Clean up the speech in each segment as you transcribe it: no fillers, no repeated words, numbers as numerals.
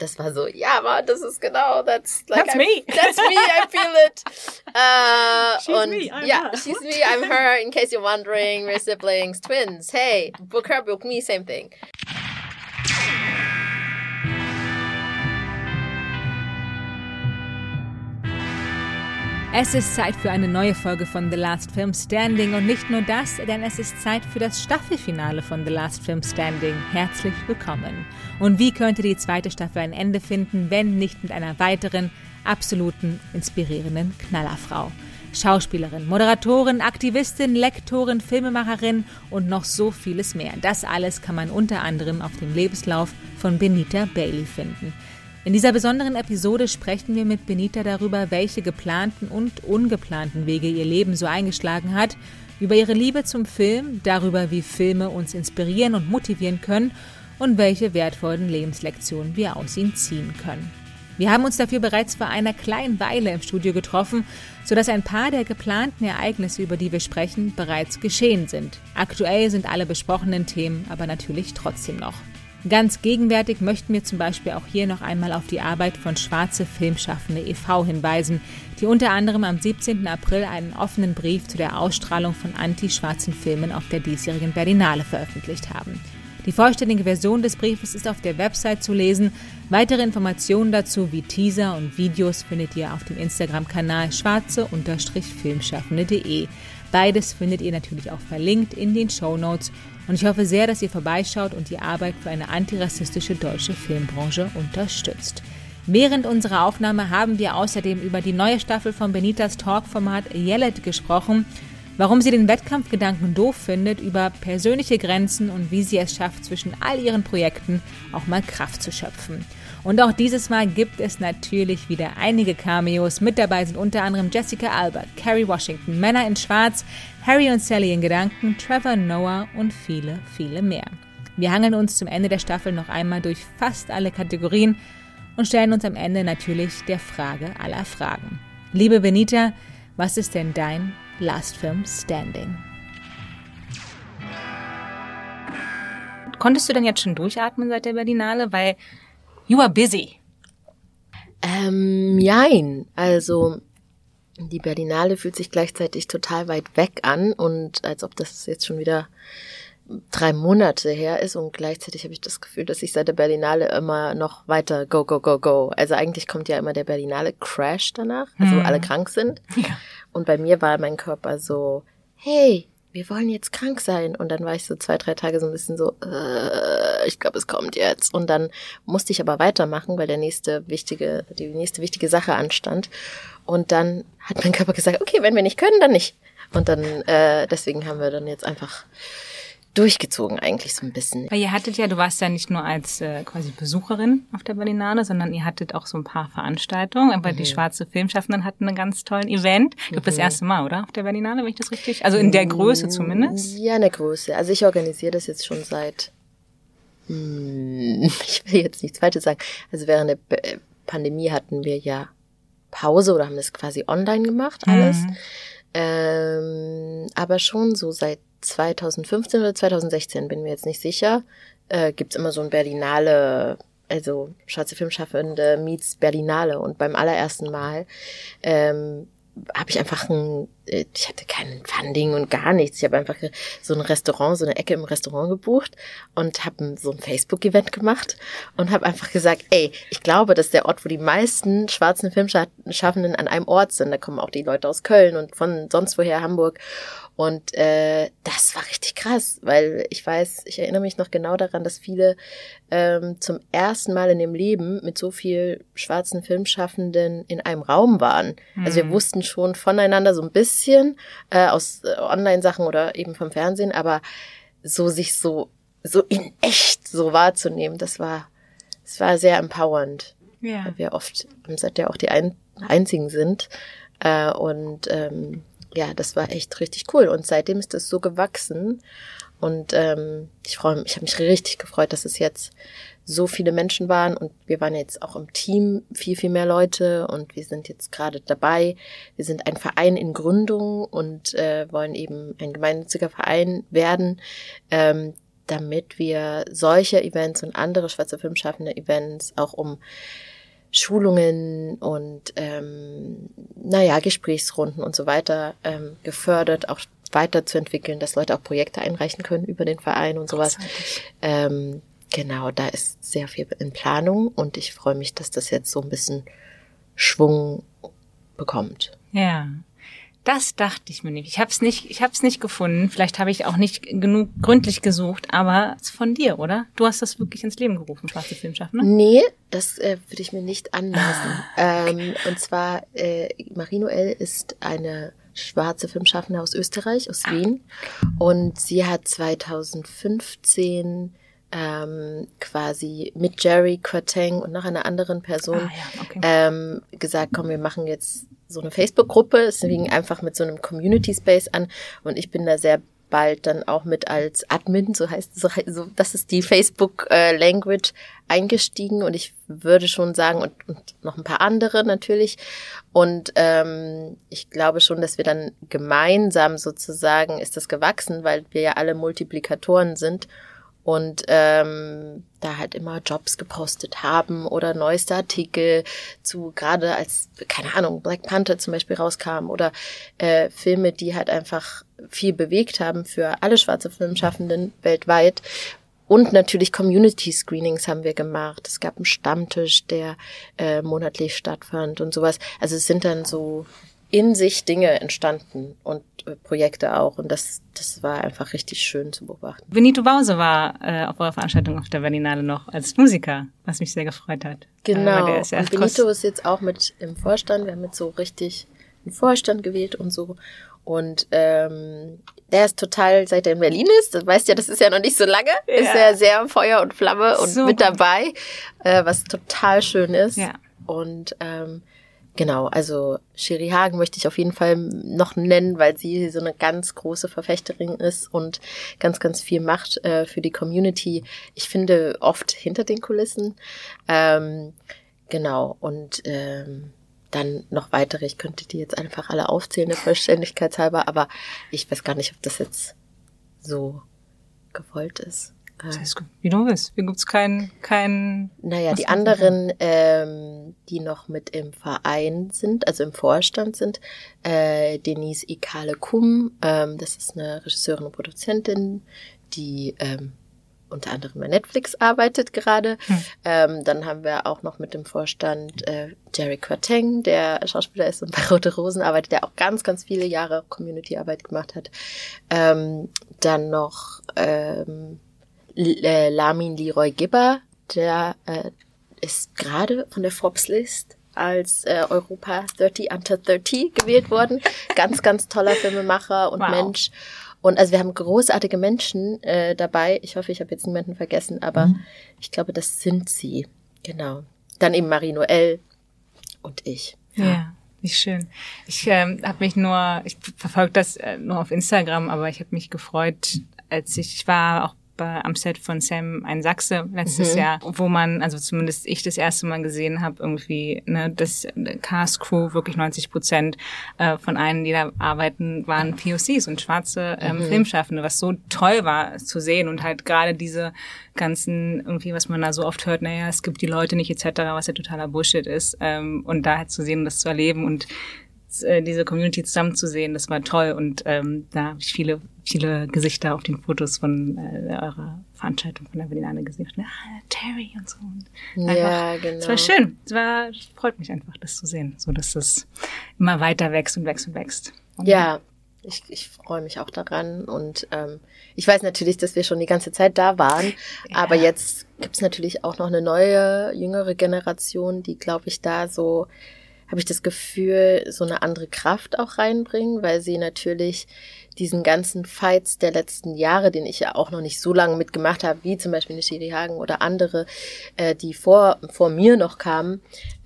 das war so, ja, Mann, das ist genau, that's me. That's me, I feel it. She's me, I'm her. She's me, I'm her, in case you're wondering, we're siblings, twins, hey, book her, book me, same thing. Es ist Zeit für eine neue Folge von The Last Film Standing und nicht nur das, denn es ist Zeit für das Staffelfinale von The Last Film Standing. Herzlich willkommen. Und wie könnte die zweite Staffel ein Ende finden, wenn nicht mit einer weiteren, absoluten, inspirierenden Knallerfrau? Schauspielerin, Moderatorin, Aktivistin, Lektorin, Filmemacherin und noch so vieles mehr. Das alles kann man unter anderem auf dem Lebenslauf von Benita Bailey finden. In dieser besonderen Episode sprechen wir mit Benita darüber, welche geplanten und ungeplanten Wege ihr Leben so eingeschlagen hat, über ihre Liebe zum Film, darüber, wie Filme uns inspirieren und motivieren können und welche wertvollen Lebenslektionen wir aus ihnen ziehen können. Wir haben uns dafür bereits vor einer kleinen Weile im Studio getroffen, sodass ein paar der geplanten Ereignisse, über die wir sprechen, bereits geschehen sind. Aktuell sind alle besprochenen Themen aber natürlich trotzdem noch. Ganz gegenwärtig möchten wir zum Beispiel auch hier noch einmal auf die Arbeit von Schwarze Filmschaffende e.V. hinweisen, die unter anderem am 17. April einen offenen Brief zu der Ausstrahlung von anti-schwarzen Filmen auf der diesjährigen Berlinale veröffentlicht haben. Die vollständige Version des Briefes ist auf der Website zu lesen. Weitere Informationen dazu wie Teaser und Videos findet ihr auf dem Instagram-Kanal schwarze-filmschaffende.de. Beides findet ihr natürlich auch verlinkt in den Shownotes. Und ich hoffe sehr, dass ihr vorbeischaut und die Arbeit für eine antirassistische deutsche Filmbranche unterstützt. Während unserer Aufnahme haben wir außerdem über die neue Staffel von Benitas Talk-Format Yell It gesprochen, warum sie den Wettkampfgedanken doof findet, über persönliche Grenzen und wie sie es schafft, zwischen all ihren Projekten auch mal Kraft zu schöpfen. Und auch dieses Mal gibt es natürlich wieder einige Cameos. Mit dabei sind unter anderem Jessica Alba, Kerry Washington, Männer in Schwarz, Harry und Sally in Gedanken, Trevor Noah und viele, viele mehr. Wir hangeln uns zum Ende der Staffel noch einmal durch fast alle Kategorien und stellen uns am Ende natürlich der Frage aller Fragen. Liebe Benita, was ist denn dein Last Film Standing? Konntest du denn jetzt schon durchatmen seit der Berlinale? Weil you are busy. Jein. Also die Berlinale fühlt sich gleichzeitig total weit weg an und als ob das jetzt schon wieder 3 Monate her ist und gleichzeitig habe ich das Gefühl, dass ich seit der Berlinale immer noch weiter go. Also eigentlich kommt ja immer der Berlinale Crash danach, also wo alle krank sind. Ja. Und bei mir war mein Körper so, hey, wir wollen jetzt krank sein. Und dann war ich so 2-3 Tage so ein bisschen so, ich glaube, es kommt jetzt. Und dann musste ich aber weitermachen, weil die nächste wichtige Sache anstand. Und dann hat mein Körper gesagt, okay, wenn wir nicht können, dann nicht. Und dann, deswegen haben wir dann jetzt einfach durchgezogen eigentlich so ein bisschen. Weil ihr hattet ja, du warst ja nicht nur als quasi Besucherin auf der Berlinale, sondern ihr hattet auch so ein paar Veranstaltungen. Aber die Schwarze Filmschaffenden hatten einen ganz tollen Event. Ich glaube, das erste Mal, oder? Auf der Berlinale, wenn ich das richtig... Also in der Größe zumindest? Ja, in der Größe. Also ich organisiere das jetzt schon seit... ich will jetzt nichts Falsches sagen. Also während der Pandemie hatten wir ja Pause oder haben das quasi online gemacht, alles. Aber schon so seit 2015 oder 2016, bin mir jetzt nicht sicher, gibt's immer so ein Berlinale, also Schwarze Filmschaffende meets Berlinale. Und beim allerersten Mal habe ich einfach ich hatte kein Funding und gar nichts. Ich habe einfach so ein Restaurant, so eine Ecke im Restaurant gebucht und habe so ein Facebook-Event gemacht und habe einfach gesagt, ey, ich glaube, das ist der Ort, wo die meisten schwarzen Filmschaffenden an einem Ort sind. Da kommen auch die Leute aus Köln und von sonst woher, Hamburg. Und das war richtig krass, weil ich erinnere mich noch genau daran, dass viele zum ersten Mal in dem Leben mit so viel schwarzen Filmschaffenden in einem Raum waren. Also wir wussten schon voneinander so ein bisschen aus Online-Sachen oder eben vom Fernsehen, aber sich so in echt so wahrzunehmen, das war sehr empowernd. Ja. Weil wir oft im Set ja auch die Einzigen sind. Ja, das war echt richtig cool. Und seitdem ist das so gewachsen. Und ich habe mich richtig gefreut, dass es jetzt so viele Menschen waren. Und wir waren jetzt auch im Team viel, viel mehr Leute. Und wir sind jetzt gerade dabei. Wir sind ein Verein in Gründung und wollen eben ein gemeinnütziger Verein werden. damit wir solche Events und andere schwarze Filmschaffende Events auch um Schulungen und Gesprächsrunden und so weiter gefördert, auch weiterzuentwickeln, dass Leute auch Projekte einreichen können über den Verein und sowas. Genau, da ist sehr viel in Planung und ich freue mich, dass das jetzt so ein bisschen Schwung bekommt. Ja. Das dachte ich mir nicht. Ich habe es nicht gefunden. Vielleicht habe ich auch nicht genug gründlich gesucht, aber es ist von dir, oder? Du hast das wirklich ins Leben gerufen, schwarze Filmschaffende? Nee, das würde ich mir nicht anmaßen. Und zwar, Marie Noël ist eine schwarze Filmschaffende aus Österreich, aus Wien. Und sie hat 2015 quasi mit Jerry Quateng und noch einer anderen Person gesagt, komm, wir machen jetzt so eine Facebook-Gruppe, deswegen einfach mit so einem Community-Space an und ich bin da sehr bald dann auch mit als Admin, so das ist die Facebook-Language eingestiegen und ich würde schon sagen, und noch ein paar andere natürlich und ich glaube schon, dass wir dann gemeinsam sozusagen ist das gewachsen, weil wir ja alle Multiplikatoren sind und da halt immer Jobs gepostet haben oder neueste Artikel zu, gerade als, keine Ahnung, Black Panther zum Beispiel rauskam oder Filme, die halt einfach viel bewegt haben für alle schwarze Filmschaffenden weltweit. Und natürlich Community-Screenings haben wir gemacht. Es gab einen Stammtisch, der monatlich stattfand und sowas. Also es sind dann so in sich Dinge entstanden und Projekte auch. Und das war einfach richtig schön zu beobachten. Benito Bause war auf eurer Veranstaltung auf der Berlinale noch als Musiker, was mich sehr gefreut hat. Genau, und Benito ist jetzt auch mit im Vorstand. Wir haben jetzt so richtig einen Vorstand gewählt und so. Und der ist total, seit er in Berlin ist, das weißt ja, das ist ja noch nicht so lange, ist er sehr Feuer und Flamme und so mit dabei, was total schön ist. Ja. Und genau, also Sherry Hagen möchte ich auf jeden Fall noch nennen, weil sie so eine ganz große Verfechterin ist und ganz, ganz viel macht für die Community. Ich finde oft hinter den Kulissen. Genau, und dann noch weitere. Ich könnte die jetzt einfach alle aufzählen, der Vollständigkeit halber, aber ich weiß gar nicht, ob das jetzt so gewollt ist. Das ist gut. Wie du willst. Hier gibt's kein. Naja, die anderen, die noch mit im Verein sind, also im Vorstand sind, Denise Ikale-Kum, das ist eine Regisseurin und Produzentin, die unter anderem bei Netflix arbeitet gerade. Dann haben wir auch noch mit dem Vorstand Jerry Quateng, der Schauspieler ist und bei Rote Rosen arbeitet, der auch ganz, ganz viele Jahre Community-Arbeit gemacht hat. Dann noch Lamin Leroy Gibber, der ist gerade von der Forbes-List als Europa 30 Under 30 gewählt worden. Ganz, ganz toller Filmemacher und Mensch. Und also wir haben großartige Menschen dabei. Ich hoffe, ich habe jetzt niemanden vergessen, aber ich glaube, das sind sie. Genau. Dann eben Marie Noël und ich. Ja, wie schön. Ich verfolge das nur auf Instagram, aber ich habe mich gefreut, als ich war auch am Set von Sam ein Sachse letztes Jahr, wo man, also zumindest ich das erste Mal gesehen habe, irgendwie, das Cast-Crew, wirklich 90% von allen, die da arbeiten, waren POCs und schwarze Filmschaffende, was so toll war zu sehen und halt gerade diese ganzen, irgendwie, was man da so oft hört, naja, es gibt die Leute nicht etc., was ja totaler Bullshit ist, und da halt zu sehen, das zu erleben und diese Community zusammenzusehen, das war toll und da habe ich viele Gesichter auf den Fotos von eurer Veranstaltung von der Berlinale gesehen. Terry und so. Und ja, genau. Es war schön. Es freut mich einfach, das zu sehen, so dass das immer weiter wächst und wächst und wächst. Ja, ich freue mich auch daran und ich weiß natürlich, dass wir schon die ganze Zeit da waren, aber jetzt gibt es natürlich auch noch eine neue, jüngere Generation, die, glaube ich, da so, habe ich das Gefühl, so eine andere Kraft auch reinbringen, weil sie natürlich diesen ganzen Fights der letzten Jahre, den ich ja auch noch nicht so lange mitgemacht habe, wie zum Beispiel eine Sherry Hagen oder andere, die vor mir noch kamen,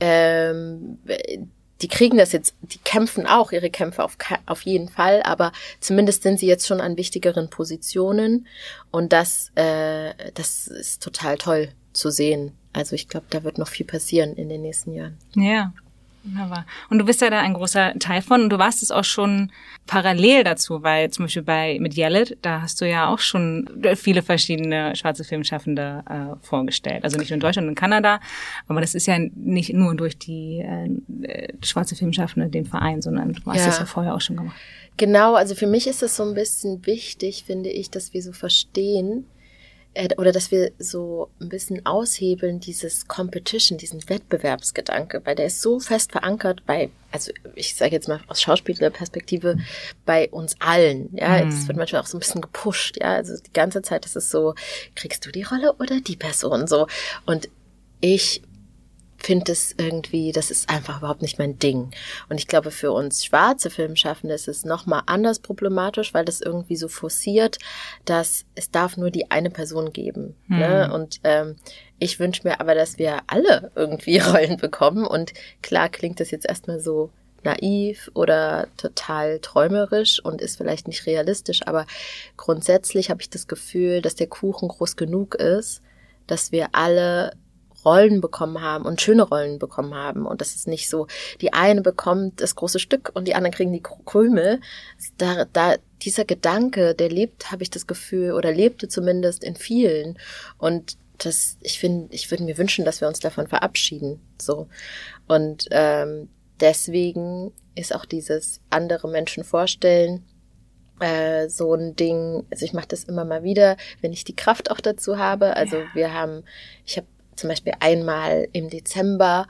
die kriegen das jetzt, die kämpfen auch ihre Kämpfe auf jeden Fall, aber zumindest sind sie jetzt schon an wichtigeren Positionen und das ist total toll zu sehen. Also ich glaube, da wird noch viel passieren in den nächsten Jahren. Ja. Wunderbar. Und du bist ja da ein großer Teil von und du warst es auch schon parallel dazu, weil zum Beispiel mit Yelit, da hast du ja auch schon viele verschiedene schwarze Filmschaffende vorgestellt. Also nicht nur in Deutschland und in Kanada, aber das ist ja nicht nur durch die schwarze Filmschaffende, den Verein, sondern du hast das ja vorher auch schon gemacht. Genau, also für mich ist es so ein bisschen wichtig, finde ich, dass wir so verstehen, oder dass wir so ein bisschen aushebeln, dieses Competition, diesen Wettbewerbsgedanke, weil der ist so fest verankert also ich sage jetzt mal aus Schauspielerperspektive, bei uns allen, ja, es wird manchmal auch so ein bisschen gepusht, ja, also die ganze Zeit ist es so, kriegst du die Rolle oder die Person, so, und ich finde es irgendwie, das ist einfach überhaupt nicht mein Ding. Und ich glaube, für uns schwarze Filmschaffende ist es nochmal anders problematisch, weil das irgendwie so forciert, dass es darf nur die eine Person geben. Ne? Und ich wünsche mir aber, dass wir alle irgendwie Rollen bekommen. Und klar klingt das jetzt erstmal so naiv oder total träumerisch und ist vielleicht nicht realistisch, aber grundsätzlich habe ich das Gefühl, dass der Kuchen groß genug ist, dass wir alle Rollen bekommen haben und schöne Rollen bekommen haben. Und das ist nicht so, die eine bekommt das große Stück und die anderen kriegen die Krümel. Dieser Gedanke, der lebt, habe ich das Gefühl, oder lebte zumindest in vielen. Und ich würde mir wünschen, dass wir uns davon verabschieden. So. Und deswegen ist auch dieses andere Menschen vorstellen, so ein Ding, also ich mache das immer mal wieder, wenn ich die Kraft auch dazu habe. Also ich habe zum Beispiel einmal im Dezember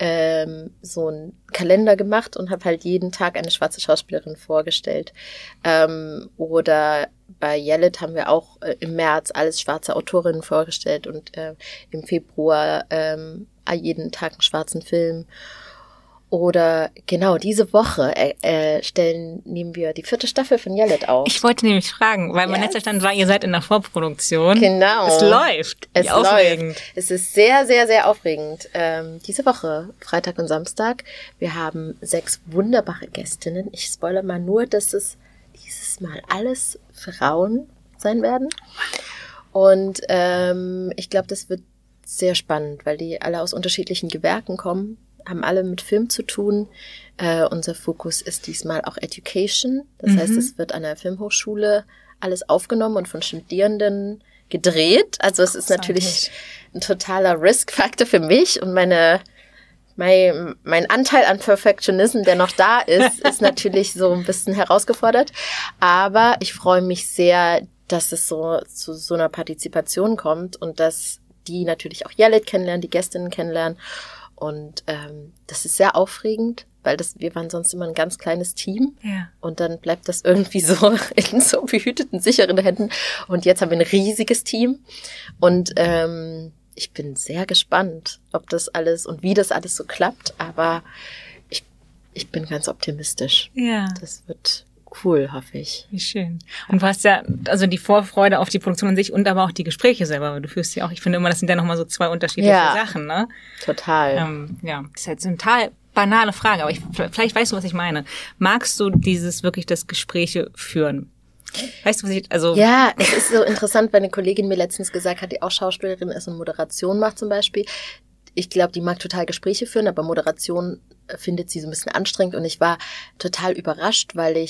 so einen Kalender gemacht und habe halt jeden Tag eine schwarze Schauspielerin vorgestellt. Oder bei Yelit haben wir auch im März alles schwarze Autorinnen vorgestellt und im Februar jeden Tag einen schwarzen Film. Oder genau, diese Woche nehmen wir die 4. Staffel von Yelit auf. Ich wollte nämlich fragen, weil mein letzter Stand war, ihr seid in der Vorproduktion. Genau. Es läuft. Es aufregend. Es ist sehr, sehr, sehr aufregend. Diese Woche, Freitag und Samstag, wir haben 6 wunderbare Gästinnen. Ich spoilere mal nur, dass es dieses Mal alles Frauen sein werden. Und ich glaube, das wird sehr spannend, weil die alle aus unterschiedlichen Gewerken kommen. Haben alle mit Film zu tun. Unser Fokus ist diesmal auch Education. Das heißt, es wird an der Filmhochschule alles aufgenommen und von Studierenden gedreht. Also es ist natürlich ein totaler Risk-Faktor für mich und mein Anteil an Perfectionism, der noch da ist natürlich so ein bisschen herausgefordert. Aber ich freue mich sehr, dass es so zu so einer Partizipation kommt und dass die natürlich auch Yelit kennenlernen, die Gästinnen kennenlernen. Und das ist sehr aufregend, weil wir waren sonst immer ein ganz kleines Team. Ja. Und dann bleibt das irgendwie so in so behüteten, sicheren Händen. Und jetzt haben wir ein riesiges Team. Und ich bin sehr gespannt, ob das alles und wie das alles so klappt. Aber ich bin ganz optimistisch. Ja. Das wird cool, hoffe ich. Wie schön. Und du hast ja also die Vorfreude auf die Produktion an sich und aber auch die Gespräche selber. Du führst ja auch, ich finde immer, das sind ja nochmal so 2 unterschiedliche Sachen, ne? Total. Das ist halt so eine total banale Frage, aber vielleicht weißt du, was ich meine. Magst du wirklich das Gespräche führen? Weißt du, was Ja, es ist so interessant, weil eine Kollegin mir letztens gesagt hat, die auch Schauspielerin ist und Moderation macht zum Beispiel. Ich glaube, die mag total Gespräche führen, aber Moderation findet sie so ein bisschen anstrengend und ich war total überrascht, weil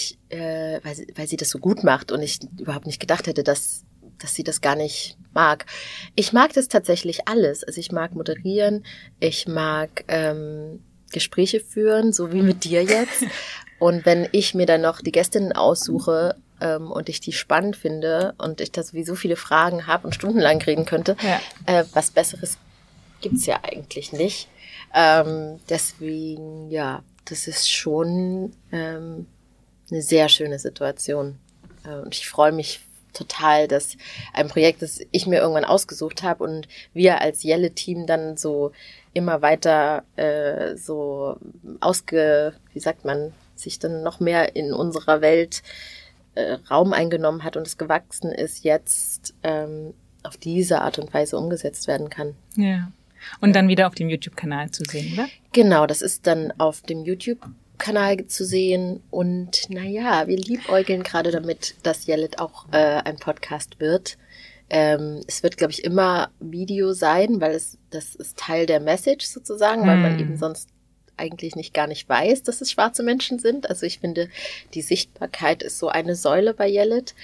sie das so gut macht und ich überhaupt nicht gedacht hätte, dass sie das gar nicht mag. Ich mag das tatsächlich alles. Also ich mag moderieren, ich mag Gespräche führen, so wie mit dir jetzt. Und wenn ich mir dann noch die Gästinnen aussuche und ich die spannend finde und ich da sowieso viele Fragen habe und stundenlang reden könnte, was Besseres gibt's ja eigentlich nicht. Deswegen, ja, das ist schon eine sehr schöne Situation. Und ich freue mich total, dass ein Projekt, das ich mir irgendwann ausgesucht habe und wir als Yelit-Team dann so immer weiter sich dann noch mehr in unserer Welt Raum eingenommen hat und es gewachsen ist, jetzt auf diese Art und Weise umgesetzt werden kann. Ja. Und dann wieder auf dem YouTube-Kanal zu sehen, oder? Genau, das ist dann auf dem YouTube-Kanal zu sehen. Und wir liebäugeln gerade damit, dass Yelit auch ein Podcast wird. Es wird, glaube ich, immer Video sein, weil das ist Teil der Message sozusagen, weil man eben sonst eigentlich gar nicht weiß, dass es schwarze Menschen sind. Also ich finde, die Sichtbarkeit ist so eine Säule bei Jellit.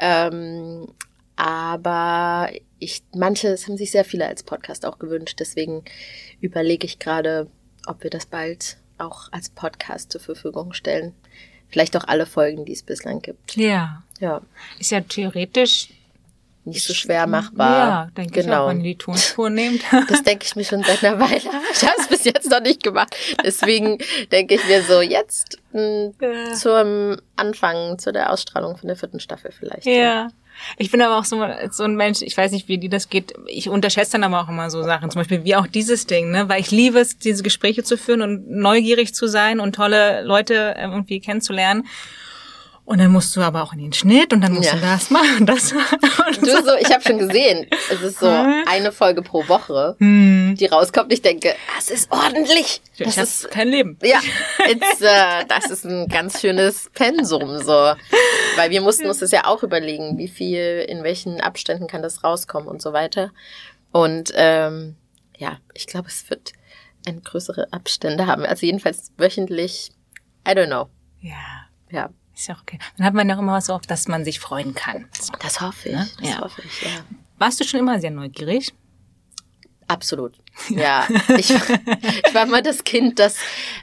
Aber manches haben sich sehr viele als Podcast auch gewünscht. Deswegen überlege ich gerade, ob wir das bald auch als Podcast zur Verfügung stellen. Vielleicht auch alle Folgen, die es bislang gibt. Ja. Ist ja theoretisch nicht so schwer machbar. Ja, denke ich auch, wenn ihr die Tonspur nehmt. Das denke ich mir schon seit einer Weile. Ich habe es bis jetzt noch nicht gemacht. Deswegen denke ich mir so, jetzt zum Anfang, zu der Ausstrahlung von der 4. Staffel vielleicht. Ja. Ich bin aber auch so ein Mensch, ich weiß nicht, wie dir das geht. Ich unterschätze dann aber auch immer so Sachen, zum Beispiel wie auch dieses Ding, ne, weil ich liebe es, diese Gespräche zu führen und neugierig zu sein und tolle Leute irgendwie kennenzulernen. Und dann musst du aber auch in den Schnitt und dann musst du das machen und das machen. Ich habe schon gesehen, es ist so eine Folge pro Woche, die rauskommt. Ich denke, das ist ordentlich. Ich habe kein Leben. Ja, das ist ein ganz schönes Pensum, so. Weil wir mussten uns das ja auch überlegen, wie viel, in welchen Abständen kann das rauskommen und so weiter. Und ich glaube, es wird eine größere Abstände haben. Also jedenfalls wöchentlich, I don't know. Ja. Ist ja okay. Dann hat man doch immer so oft, dass man sich freuen kann. Das hoffe ich. Ne? Das hoffe ich, ja. Warst du schon immer sehr neugierig? Absolut. Ja. Ich war mal das Kind, das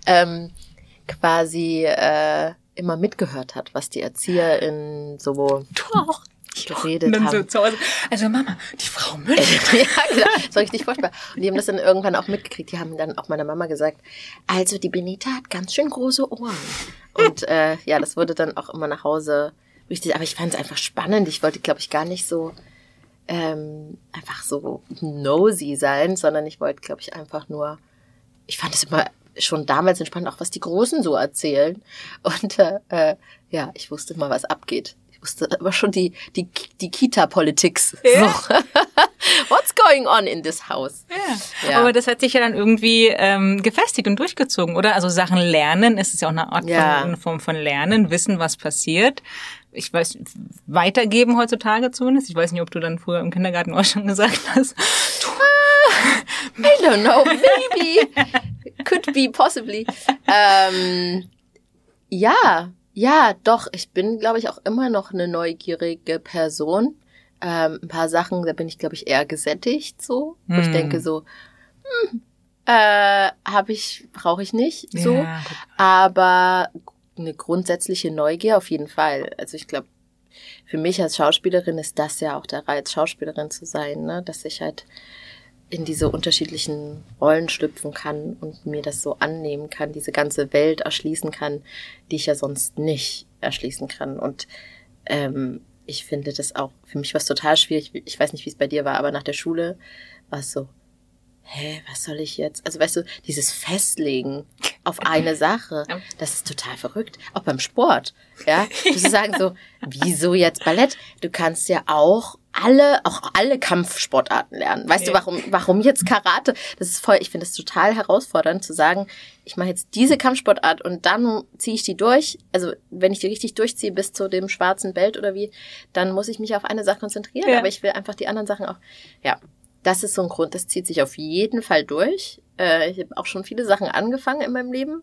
quasi immer mitgehört hat, was die ErzieherInnen so geredet haben. So zu Hause. Also Mama, die Frau Müller. Ja, genau. Das war richtig furchtbar. Und die haben das dann irgendwann auch mitgekriegt. Die haben dann auch meiner Mama gesagt, also die Benita hat ganz schön große Ohren. Und das wurde dann auch immer nach Hause richtig. Aber ich fand es einfach spannend. Ich wollte, glaube ich, gar nicht so einfach so nosy sein, sondern ich wollte, glaube ich, einfach nur, ich fand es immer schon damals entspannt, auch was die Großen so erzählen. Und ich wusste immer, was abgeht. Ich wusste aber schon die Kita-Politics. Ja. So. What's going on in this house? Ja. Aber das hat sich ja dann irgendwie gefestigt und durchgezogen, oder? Also Sachen lernen, ist es ja auch eine Art eine Form von Lernen, wissen, was passiert. Ich weiß, weitergeben heutzutage zumindest. Ich weiß nicht, ob du dann früher im Kindergarten auch schon gesagt hast. I don't know, maybe. Could be, possibly. Ja, doch. Ich bin, glaube ich, auch immer noch eine neugierige Person. Ein paar Sachen, da bin ich, glaube ich, eher gesättigt so. Wo ich denke so, brauche ich nicht so. Ja. Aber eine grundsätzliche Neugier auf jeden Fall. Also ich glaube, für mich als Schauspielerin ist das ja auch der Reiz, Schauspielerin zu sein, ne? Dass ich halt in diese unterschiedlichen Rollen schlüpfen kann und mir das so annehmen kann, diese ganze Welt erschließen kann, die ich ja sonst nicht erschließen kann. Und ich finde das auch, für mich war es total schwierig, ich weiß nicht, wie es bei dir war, aber nach der Schule war es so, was soll ich jetzt? Also weißt du, dieses Festlegen auf eine Sache, das ist total verrückt. Auch beim Sport, ja. Du sagen so, wieso jetzt Ballett? Du kannst ja auch alle Kampfsportarten lernen. Weißt du, warum jetzt Karate? Das ist ich finde das total herausfordernd zu sagen, ich mache jetzt diese Kampfsportart und dann ziehe ich die durch. Also wenn ich die richtig durchziehe bis zu dem schwarzen Belt oder wie, dann muss ich mich auf eine Sache konzentrieren. Ja. Aber ich will einfach die anderen Sachen auch, das ist so ein Grund, das zieht sich auf jeden Fall durch. Ich habe auch schon viele Sachen angefangen in meinem Leben.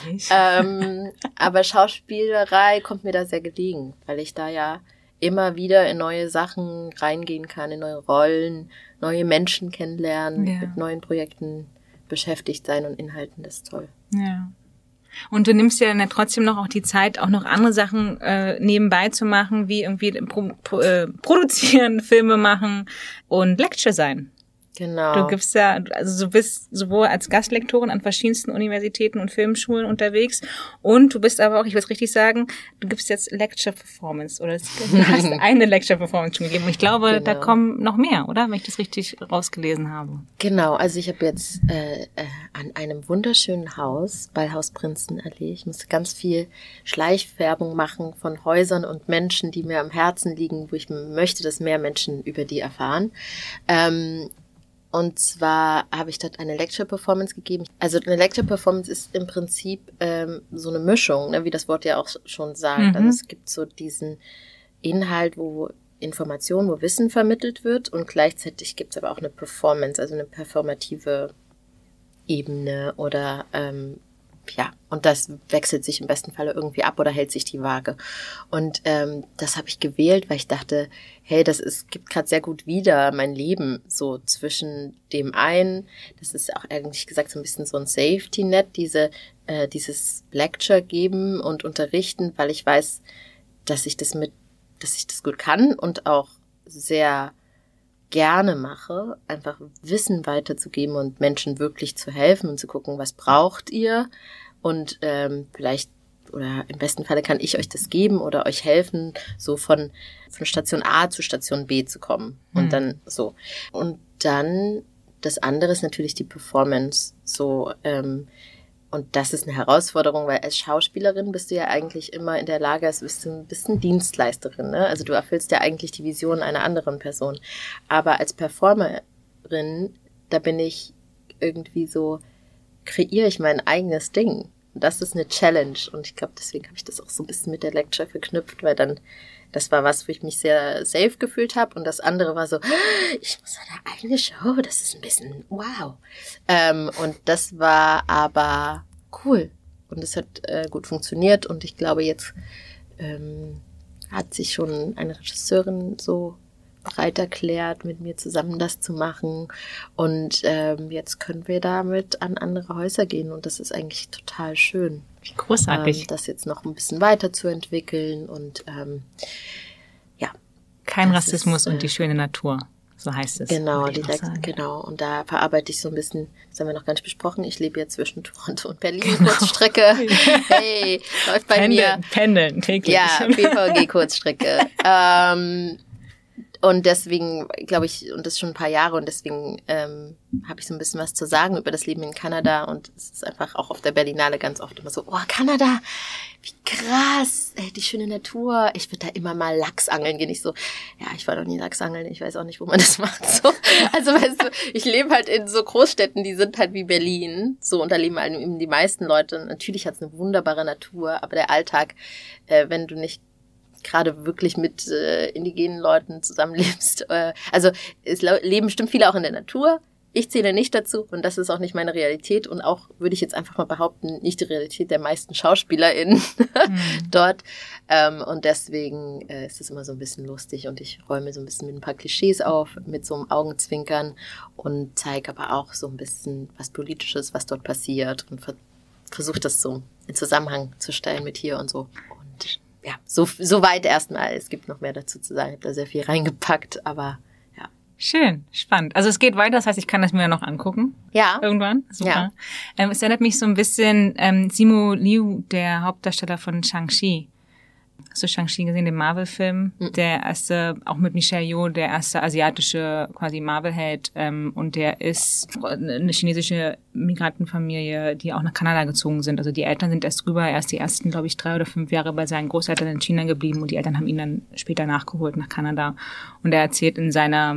Aber Schauspielerei kommt mir da sehr gelegen, weil ich da ja immer wieder in neue Sachen reingehen kann, in neue Rollen, neue Menschen kennenlernen, mit neuen Projekten beschäftigt sein und Inhalten, das ist toll. Ja. Und du nimmst ja dann trotzdem noch auch die Zeit, auch noch andere Sachen nebenbei zu machen, wie irgendwie produzieren, Filme machen und Lecture sein. Genau. Du gibst du bist sowohl als Gastlektorin an verschiedensten Universitäten und Filmschulen unterwegs und du bist aber auch, ich will es richtig sagen, du gibst jetzt Lecture Performance oder du hast eine Lecture Performance schon gegeben. Und ich glaube, da kommen noch mehr, oder? Wenn ich das richtig rausgelesen habe. Genau, also ich habe jetzt an einem wunderschönen Haus, Ballhaus Prinzenallee, ich musste ganz viel Schleichwerbung machen von Häusern und Menschen, die mir am Herzen liegen, wo ich möchte, dass mehr Menschen über die erfahren. Und zwar habe ich dort eine Lecture-Performance gegeben. Also eine Lecture-Performance ist im Prinzip so eine Mischung, ne, wie das Wort ja auch schon sagt. Also es gibt so diesen Inhalt, wo Information, wo Wissen vermittelt wird und gleichzeitig gibt es aber auch eine Performance, also eine performative Ebene oder und das wechselt sich im besten Falle irgendwie ab oder hält sich die Waage. Und das habe ich gewählt, weil ich dachte, hey, gibt gerade sehr gut wieder mein Leben so zwischen dem einen, das ist auch eigentlich gesagt so ein bisschen so ein Safety-Net, dieses Lecture geben und unterrichten, weil ich weiß, dass ich das gut kann und auch sehr gerne mache, einfach Wissen weiterzugeben und Menschen wirklich zu helfen und zu gucken, was braucht ihr und vielleicht oder im besten Falle kann ich euch das geben oder euch helfen, so von Station A zu Station B zu kommen und dann so. Und dann das andere ist natürlich die Performance, so und das ist eine Herausforderung, weil als Schauspielerin bist du ja eigentlich immer in der Lage, bist du ein bisschen Dienstleisterin, ne? Also du erfüllst ja eigentlich die Vision einer anderen Person. Aber als Performerin, da bin ich irgendwie so, kreiere ich mein eigenes Ding. Und das ist eine Challenge. Und ich glaube, deswegen habe ich das auch so ein bisschen mit der Lecture verknüpft, weil dann, das war was, wo ich mich sehr safe gefühlt habe. Und das andere war so, ich muss eine eigene Show, das ist ein bisschen wow. Und das war aber cool. Und es hat gut funktioniert. Und ich glaube, jetzt hat sich schon eine Regisseurin so bereit erklärt, mit mir zusammen das zu machen. Und jetzt können wir damit an andere Häuser gehen. Und das ist eigentlich total schön. Großartig. Das jetzt noch ein bisschen weiterzuentwickeln. Und kein Rassismus und die schöne Natur. So heißt es. Genau, genau. Und da verarbeite ich so ein bisschen, das haben wir noch gar nicht besprochen, ich lebe ja zwischen Toronto und Berlin, Kurzstrecke. Hey, läuft bei mir. Pendeln, täglich. Ja, BVG-Kurzstrecke. Und deswegen, glaube ich, und das schon ein paar Jahre, und deswegen habe ich so ein bisschen was zu sagen über das Leben in Kanada. Und es ist einfach auch auf der Berlinale ganz oft immer so, oh, Kanada, wie krass, ey, die schöne Natur. Ich würde da immer mal Lachs angeln gehen. Ich so, ja, ich war noch nie Lachs angeln, ich weiß auch nicht, wo man das macht. So. Also weißt du, ich lebe halt in so Großstädten, die sind halt wie Berlin. So, und da leben halt eben die meisten Leute. Natürlich hat es eine wunderbare Natur, aber der Alltag, wenn du nicht gerade wirklich mit indigenen Leuten zusammenlebst. Also es leben bestimmt viele auch in der Natur. Ich zähle nicht dazu und das ist auch nicht meine Realität und auch, würde ich jetzt einfach mal behaupten, nicht die Realität der meisten SchauspielerInnen dort. Und deswegen ist es immer so ein bisschen lustig und ich räume so ein bisschen mit ein paar Klischees auf, mit so einem Augenzwinkern und zeige aber auch so ein bisschen was Politisches, was dort passiert und versuche das so in Zusammenhang zu stellen mit hier und so. Und ja, so weit erstmal. Es gibt noch mehr dazu zu sagen. Ich habe da sehr viel reingepackt, aber ja. Schön, spannend. Also es geht weiter, das heißt, ich kann das mir noch angucken. Ja. Irgendwann. Super. Ja. Es erinnert mich so ein bisschen, Simu Liu, der Hauptdarsteller von Shang-Chi. Hast du Shang-Chi gesehen, den Marvel-Film? Der erste, auch mit Michelle Yeoh, der erste asiatische quasi Marvel-Held. Und der ist eine chinesische Migrantenfamilie, die auch nach Kanada gezogen sind. Also die Eltern sind erst rüber, erst die ersten, glaube ich, 3 oder 5 Jahre bei seinen Großeltern in China geblieben und die Eltern haben ihn dann später nachgeholt nach Kanada. Und er erzählt in seiner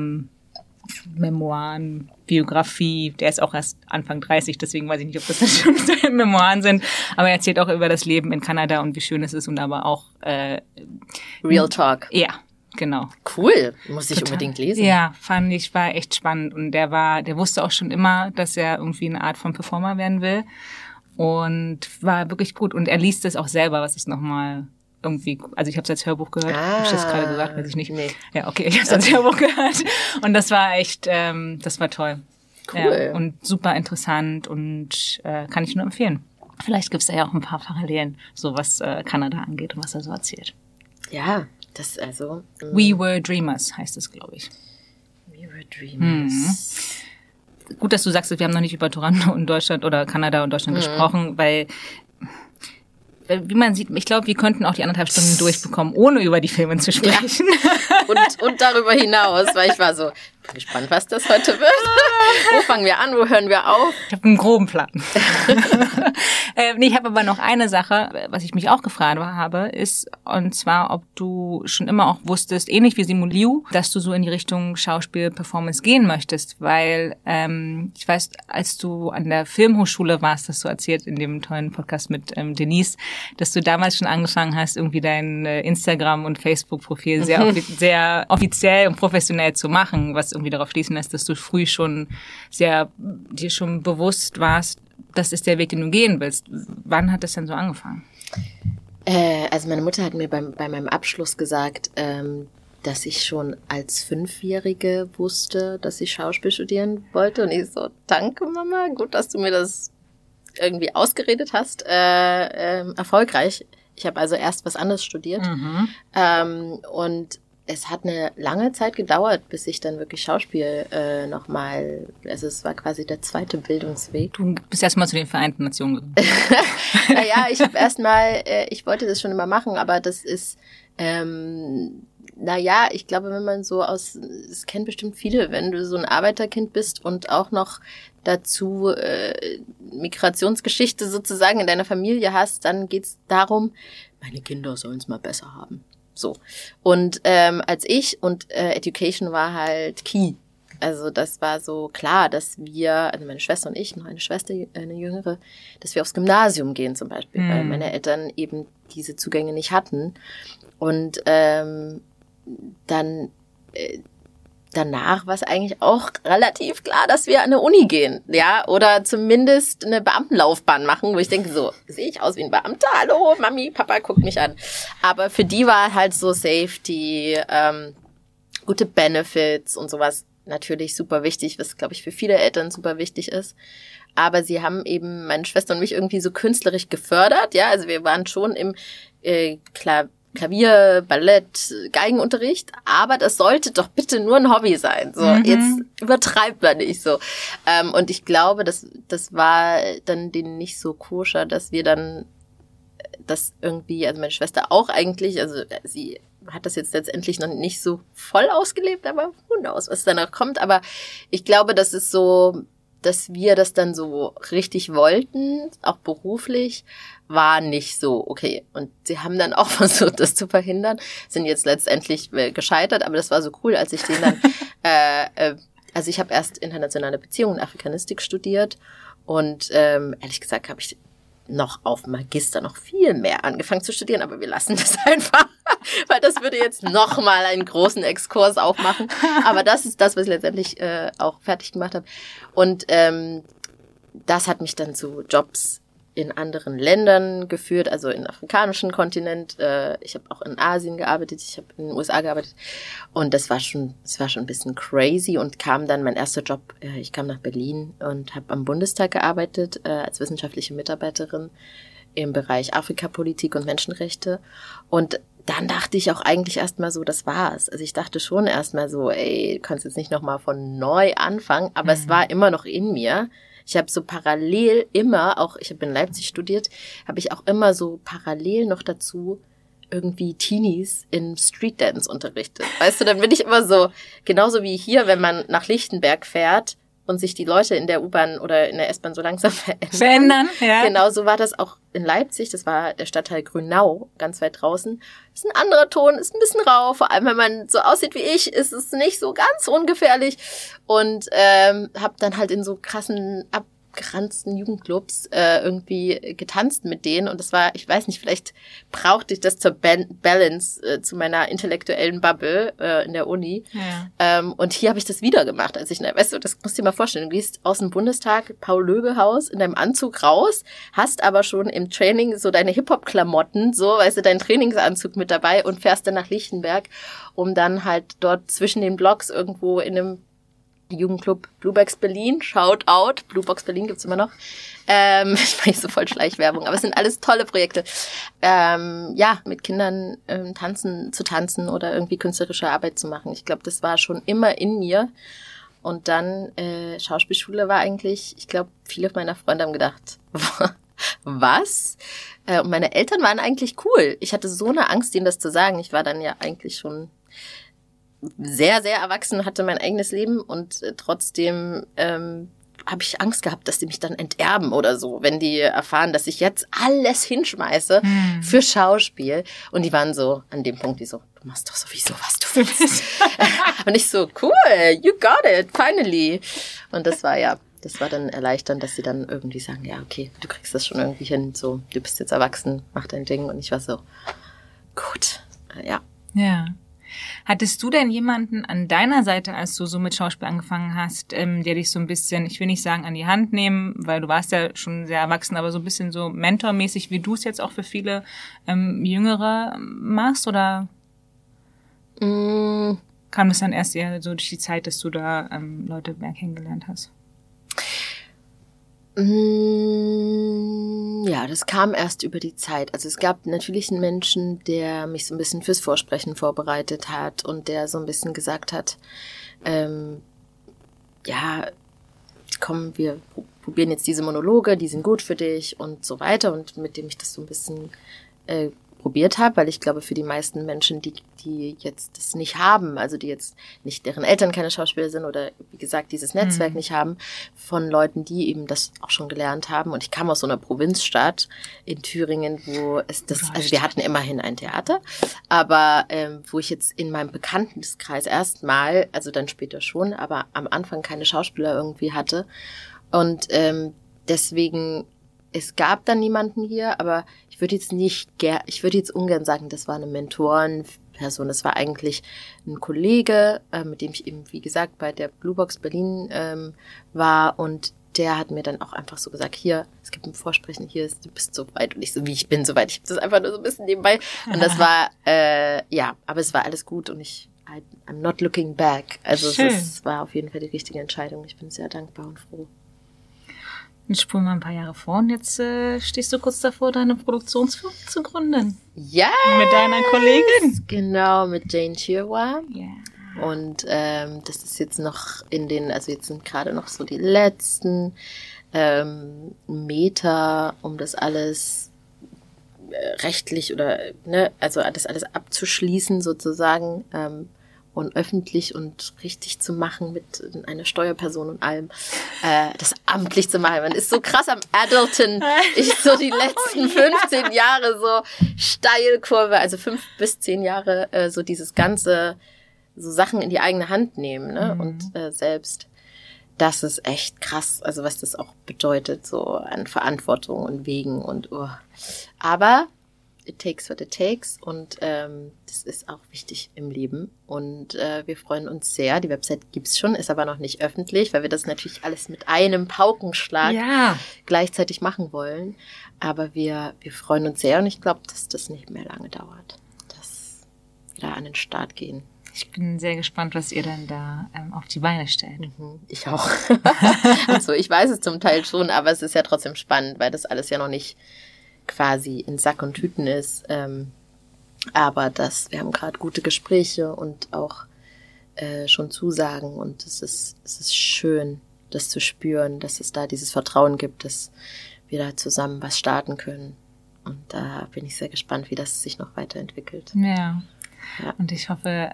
Memoiren, Biografie, der ist auch erst Anfang 30, deswegen weiß ich nicht, ob das dann schon so Memoiren sind, aber er erzählt auch über das Leben in Kanada und wie schön es ist und aber auch Real Talk. Ja, genau. Cool, muss ich unbedingt lesen. Ja, war echt spannend und der wusste auch schon immer, dass er irgendwie eine Art von Performer werden will und war wirklich gut und er liest es auch selber, was ist nochmal irgendwie, also ich habe es als Hörbuch gehört, habe ich das gerade gesagt, weiß ich nicht. Nee. Ja, okay, ich habe es als Hörbuch gehört und das war echt, das war toll. Cool. Ja, und super interessant und kann ich nur empfehlen. Vielleicht gibt's da ja auch ein paar Parallelen, so was Kanada angeht und was er so erzählt. Ja, das also. We Were Dreamers heißt es, glaube ich. We Were Dreamers. Gut, dass du sagst, wir haben noch nicht über Toronto und Deutschland oder Kanada und Deutschland gesprochen, weil wie man sieht, ich glaube, wir könnten auch die 1,5 Stunden durchbekommen, ohne über die Filme zu sprechen. Ja. Und darüber hinaus, weil ich war so, bin gespannt, was das heute wird. Wo fangen wir an, wo hören wir auf? Ich habe einen groben Plan. Ich habe aber noch eine Sache, was ich mich auch gefragt habe, ist, und zwar, ob du schon immer auch wusstest, ähnlich wie Simu Liu, dass du so in die Richtung Schauspiel, Performance gehen möchtest, weil ich weiß, als du an der Filmhochschule warst, hast du erzählt in dem tollen Podcast mit Denise, dass du damals schon angefangen hast, irgendwie dein Instagram- und Facebook-Profil sehr offiziell und professionell zu machen, was irgendwie darauf schließen lässt, dass du früh schon dir schon bewusst warst, das ist der Weg, den du gehen willst. Wann hat das denn so angefangen? Also meine Mutter hat mir bei meinem Abschluss gesagt, dass ich schon als 5-Jährige wusste, dass ich Schauspiel studieren wollte. Und ich so, danke Mama, gut, dass du mir das irgendwie ausgeredet hast. Erfolgreich. Ich habe also erst was anderes studiert. Und es hat eine lange Zeit gedauert, bis ich dann wirklich Schauspiel nochmal, also es war quasi der zweite Bildungsweg. Du bist erstmal zu den Vereinten Nationen gegangen. Naja, ich habe erstmal, ich wollte das schon immer machen, aber das ist, naja, ich glaube, wenn man so es kennen bestimmt viele, wenn du so ein Arbeiterkind bist und auch noch dazu Migrationsgeschichte sozusagen in deiner Familie hast, dann geht's darum, meine Kinder sollen es mal besser haben. So. Und als ich und Education war halt key. Also das war so klar, dass wir, also meine Schwester und ich, noch eine Schwester, eine jüngere, dass wir aufs Gymnasium gehen zum Beispiel, weil meine Eltern eben diese Zugänge nicht hatten. Und dann danach war es eigentlich auch relativ klar, dass wir an eine Uni gehen, ja, oder zumindest eine Beamtenlaufbahn machen, wo ich denke, so, sehe ich aus wie ein Beamter? Hallo, Mami, Papa guckt mich an. Aber für die war halt so Safety, gute Benefits und sowas natürlich super wichtig, was, glaube ich, für viele Eltern super wichtig ist. Aber sie haben eben meine Schwester und mich irgendwie so künstlerisch gefördert, ja, also wir waren schon im Klavier, Ballett, Geigenunterricht, aber das sollte doch bitte nur ein Hobby sein. So, jetzt übertreibt man nicht so. Und ich glaube, das war dann denen nicht so koscher, dass wir dann das irgendwie, also meine Schwester auch eigentlich, also sie hat das jetzt letztendlich noch nicht so voll ausgelebt, aber who knows, was danach kommt. Aber ich glaube, das ist so, dass wir das dann so richtig wollten, auch beruflich, war nicht so okay. Und sie haben dann auch versucht, das zu verhindern, sind jetzt letztendlich gescheitert, aber das war so cool, als ich den dann, also ich habe erst internationale Beziehungen und Afrikanistik studiert und ehrlich gesagt habe ich noch auf Magister noch viel mehr angefangen zu studieren, aber wir lassen das einfach, weil das würde jetzt noch mal einen großen Exkurs aufmachen. Aber das ist das, was ich letztendlich auch fertig gemacht habe. Und das hat mich dann zu Jobs in anderen Ländern geführt, also im afrikanischen Kontinent. Ich habe auch in Asien gearbeitet, ich habe in den USA gearbeitet. Und das war schon ein bisschen crazy und kam dann mein erster Job. Ich kam nach Berlin und habe am Bundestag gearbeitet als wissenschaftliche Mitarbeiterin im Bereich Afrikapolitik und Menschenrechte. Und dann dachte ich auch eigentlich erstmal so, das war's. Also ich dachte schon erstmal so, ey, du kannst jetzt nicht nochmal von neu anfangen, aber es war immer noch in mir. Ich habe so parallel immer, auch ich habe in Leipzig studiert, habe ich auch immer so parallel noch dazu irgendwie Teenies in Streetdance unterrichtet. Weißt du, dann bin ich immer so, genauso wie hier, wenn man nach Lichtenberg fährt und sich die Leute in der U-Bahn oder in der S-Bahn so langsam verändern. Ja. Genau, so war das auch in Leipzig. Das war der Stadtteil Grünau, ganz weit draußen. Ist ein anderer Ton, ist ein bisschen rau. Vor allem, wenn man so aussieht wie ich, ist es nicht so ganz ungefährlich. Und habe dann halt in so krassen abgeranzten Jugendclubs irgendwie getanzt mit denen. Und das war, ich weiß nicht, vielleicht brauchte ich das zur Balance zu meiner intellektuellen Bubble in der Uni. Ja. Und hier habe ich das wieder gemacht. Als ich, weißt du, das musst du dir mal vorstellen, du gehst aus dem Bundestag, Paul-Löbe-Haus, in deinem Anzug raus, hast aber schon im Training so deine Hip-Hop-Klamotten, so, weißt du, deinen Trainingsanzug mit dabei und fährst dann nach Lichtenberg, um dann halt dort zwischen den Blocks irgendwo in einem Jugendclub Bluebox Berlin, Shoutout, Bluebox Berlin gibt's immer noch. Ich mache so voll Schleichwerbung, aber es sind alles tolle Projekte. Ja, mit Kindern zu tanzen oder irgendwie künstlerische Arbeit zu machen. Ich glaube, das war schon immer in mir. Und dann Schauspielschule war eigentlich, ich glaube, viele meiner Freunde haben gedacht, was? Und meine Eltern waren eigentlich cool. Ich hatte so eine Angst, ihnen das zu sagen. Ich war dann ja eigentlich schon sehr, sehr erwachsen, hatte mein eigenes Leben und trotzdem habe ich Angst gehabt, dass die mich dann enterben oder so, wenn die erfahren, dass ich jetzt alles hinschmeiße für Schauspiel. Und die waren so an dem Punkt, die so, du machst doch sowieso, was du willst. Und ich so, cool, you got it, finally. Und das war dann erleichternd, dass sie dann irgendwie sagen, ja, okay, du kriegst das schon irgendwie hin, so, du bist jetzt erwachsen, mach dein Ding. Und ich war so, gut, ja. Ja. Hattest du denn jemanden an deiner Seite, als du so mit Schauspiel angefangen hast, der dich so ein bisschen, ich will nicht sagen an die Hand nehmen, weil du warst ja schon sehr erwachsen, aber so ein bisschen so mentormäßig, wie du es jetzt auch für viele Jüngere machst? Oder kam es dann erst eher so durch die Zeit, dass du da Leute mehr kennengelernt hast? Ja, das kam erst über die Zeit. Also es gab natürlich einen Menschen, der mich so ein bisschen fürs Vorsprechen vorbereitet hat und der so ein bisschen gesagt hat, ja, komm, wir probieren jetzt diese Monologe, die sind gut für dich und so weiter, und mit dem ich das so ein bisschen probiert habe, weil ich glaube, für die meisten Menschen, die jetzt das nicht haben, also die jetzt nicht, deren Eltern keine Schauspieler sind oder wie gesagt dieses Netzwerk nicht haben, von Leuten, die eben das auch schon gelernt haben. Und ich kam aus so einer Provinzstadt in Thüringen, wo also wir hatten immerhin ein Theater, aber wo ich jetzt in meinem Bekanntenkreis erstmal, also dann später schon, aber am Anfang keine Schauspieler irgendwie hatte. Und deswegen, es gab dann niemanden hier, aber ich würde jetzt ungern sagen, das war eine Mentorenperson. Das war eigentlich ein Kollege, mit dem ich eben, wie gesagt, bei der Blue Box Berlin war, und der hat mir dann auch einfach so gesagt, hier, es gibt ein Vorsprechen, du bist so weit, und ich so, wie ich bin so weit. Ich habe das einfach nur so ein bisschen nebenbei. Und das war, aber es war alles gut, und I'm not looking back. Also es war auf jeden Fall die richtige Entscheidung. Ich bin sehr dankbar und froh. Jetzt spulen wir ein paar Jahre vor und jetzt stehst du kurz davor, deine Produktionsfirma zu gründen. Ja. Mit deiner Kollegin. Genau, mit Jane Chirwa. Ja. Und das ist jetzt noch also jetzt sind gerade noch so die letzten Meter, um das alles rechtlich oder, also das alles abzuschließen sozusagen, und öffentlich und richtig zu machen mit einer Steuerperson und allem, das amtlich zu machen. Man ist so krass am Adulten. Ich so die letzten 15 Jahre so Steilkurve, also 5 bis 10 Jahre, so dieses ganze, so Sachen in die eigene Hand nehmen, ne? Und selbst, das ist echt krass, also was das auch bedeutet, so an Verantwortung und Wegen und aber it takes what it takes, und das ist auch wichtig im Leben, und wir freuen uns sehr. Die Website gibt's schon, ist aber noch nicht öffentlich, weil wir das natürlich alles mit einem Paukenschlag gleichzeitig machen wollen, aber wir freuen uns sehr, und ich glaube, dass das nicht mehr lange dauert, dass wir da an den Start gehen. Ich bin sehr gespannt, was ihr dann da auf die Beine stellt. Ich auch. Also ich weiß es zum Teil schon, aber es ist ja trotzdem spannend, weil das alles ja noch nicht quasi in Sack und Tüten ist. Aber wir haben gerade gute Gespräche und auch schon Zusagen, und es ist schön, das zu spüren, dass es da dieses Vertrauen gibt, dass wir da zusammen was starten können. Und da bin ich sehr gespannt, wie das sich noch weiterentwickelt. Ja. Und ich hoffe,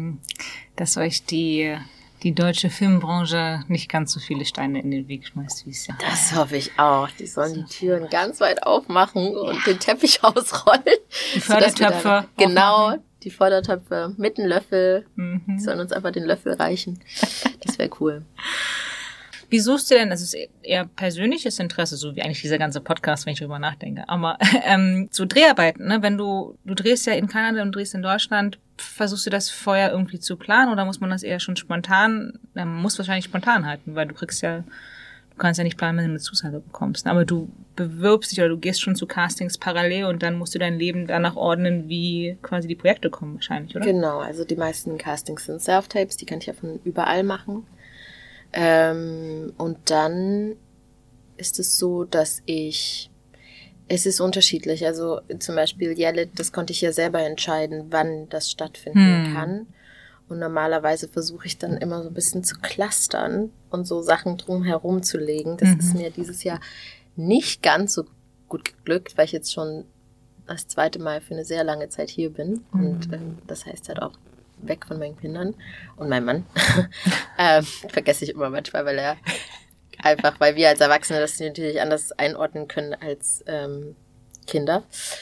dass euch die deutsche Filmbranche nicht ganz so viele Steine in den Weg schmeißt, wie es ja. Das hoffe ich auch. Die sollen die Türen ganz weit aufmachen und den Teppich ausrollen. Die Fördertöpfe. Genau, die Fördertöpfe mit einem Löffel. Die sollen uns einfach den Löffel reichen. Das wäre cool. Wie suchst du denn, das ist eher persönliches Interesse, so wie eigentlich dieser ganze Podcast, wenn ich drüber nachdenke, aber so Dreharbeiten, ne? Wenn du drehst ja in Kanada und drehst in Deutschland, versuchst du das vorher irgendwie zu planen, oder muss man das eher schon spontan, man muss wahrscheinlich spontan halten, weil du kannst ja nicht planen, wenn du eine Zusage bekommst, aber du bewirbst dich oder du gehst schon zu Castings parallel und dann musst du dein Leben danach ordnen, wie quasi die Projekte kommen wahrscheinlich, oder? Genau, also die meisten Castings sind Self-Tapes, die kann ich ja von überall machen. Und dann ist es so, dass es ist unterschiedlich, also zum Beispiel Yell-It, das konnte ich ja selber entscheiden, wann das stattfinden kann, und normalerweise versuche ich dann immer so ein bisschen zu clustern und so Sachen drumherum zu legen. Das ist mir dieses Jahr nicht ganz so gut geglückt, weil ich jetzt schon das 2. Mal für eine sehr lange Zeit hier bin, und das heißt halt auch weg von meinen Kindern und meinem Mann. Vergesse ich immer manchmal, weil wir als Erwachsene das natürlich anders einordnen können als Kinder.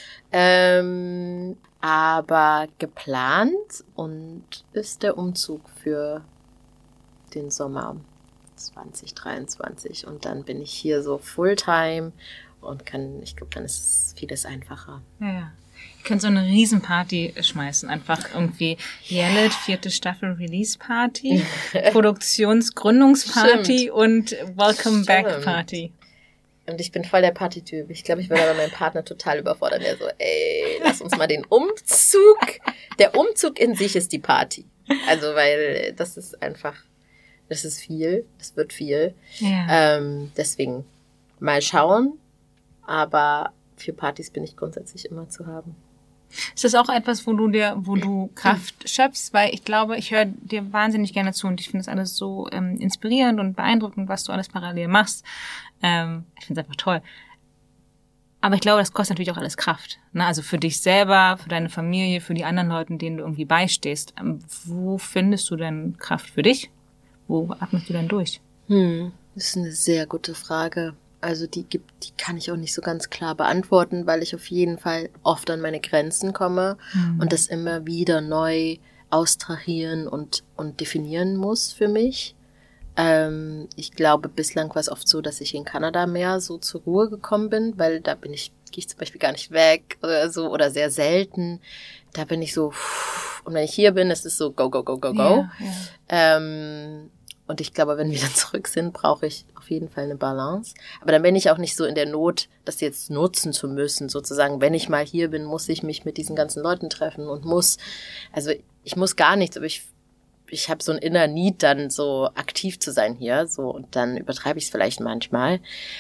Aber geplant und ist der Umzug für den Sommer 2023. Und dann bin ich hier so Fulltime und ich glaube, dann ist vieles einfacher. Ja. Ihr könnt so eine Riesenparty schmeißen. Einfach irgendwie Yelet, 4. Staffel Release-Party, Produktionsgründungsparty und Welcome-Back-Party. Und ich bin voll der Partytyp. Ich glaube, ich würde aber meinen Partner total überfordern. Der so, ey, lass uns mal den Umzug. Der Umzug in sich ist die Party. Also, weil das ist einfach, das ist viel. Das wird viel. Ja. Deswegen mal schauen. Aber für Partys bin ich grundsätzlich immer zu haben. Ist das auch etwas, wo du Kraft schöpfst? Weil ich glaube, ich höre dir wahnsinnig gerne zu und ich finde das alles so inspirierend und beeindruckend, was du alles parallel machst. Ich finde es einfach toll. Aber ich glaube, das kostet natürlich auch alles Kraft. Ne? Also für dich selber, für deine Familie, für die anderen Leute, denen du irgendwie beistehst. Wo findest du denn Kraft für dich? Wo atmest du denn durch? Das ist eine sehr gute Frage. Also die kann ich auch nicht so ganz klar beantworten, weil ich auf jeden Fall oft an meine Grenzen komme und das immer wieder neu austrahieren und definieren muss für mich. Ich glaube, bislang war es oft so, dass ich in Kanada mehr so zur Ruhe gekommen bin, weil da gehe ich zum Beispiel gar nicht weg oder so oder sehr selten. Da bin ich so, und wenn ich hier bin, ist es so go, go, go, go, go. Ja. Und ich glaube, wenn wir dann zurück sind, brauche ich auf jeden Fall eine Balance. Aber dann bin ich auch nicht so in der Not, das jetzt nutzen zu müssen, sozusagen. Wenn ich mal hier bin, muss ich mich mit diesen ganzen Leuten treffen und ich muss gar nichts, aber ich habe so ein inner Need, dann so aktiv zu sein hier, so, und dann übertreibe ich es vielleicht manchmal.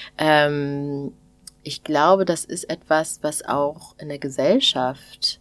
Ich glaube, das ist etwas, was auch in der Gesellschaft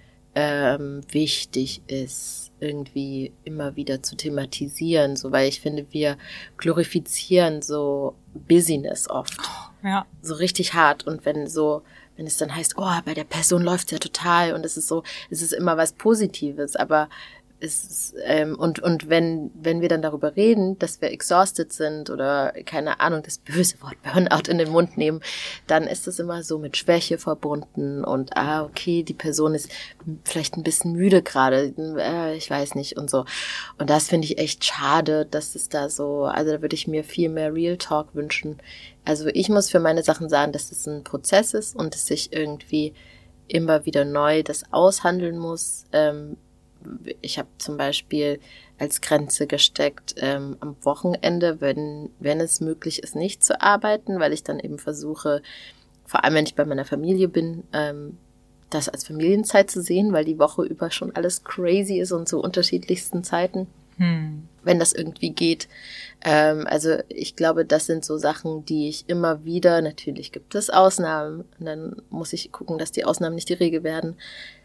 wichtig ist, irgendwie immer wieder zu thematisieren, so, weil ich finde, wir glorifizieren so Busyness oft. Ja. So richtig hart. Und wenn es dann heißt, oh, bei der Person läuft's ja total und es ist immer was Positives, aber es ist, und wenn wir dann darüber reden, dass wir exhausted sind oder, keine Ahnung, das böse Wort Burnout in den Mund nehmen, dann ist das immer so mit Schwäche verbunden und, okay, die Person ist vielleicht ein bisschen müde gerade, ich weiß nicht und so. Und das finde ich echt schade, dass es da so, also da würde ich mir viel mehr Real Talk wünschen. Also ich muss für meine Sachen sagen, dass es ein Prozess ist und dass ich irgendwie immer wieder neu das aushandeln muss. Ich habe zum Beispiel als Grenze gesteckt, am Wochenende, wenn es möglich ist, nicht zu arbeiten, weil ich dann eben versuche, vor allem wenn ich bei meiner Familie bin, das als Familienzeit zu sehen, weil die Woche über schon alles crazy ist und zu unterschiedlichsten Zeiten, wenn das irgendwie geht. Also ich glaube, das sind so Sachen, die ich immer wieder, natürlich gibt es Ausnahmen, und dann muss ich gucken, dass die Ausnahmen nicht die Regel werden,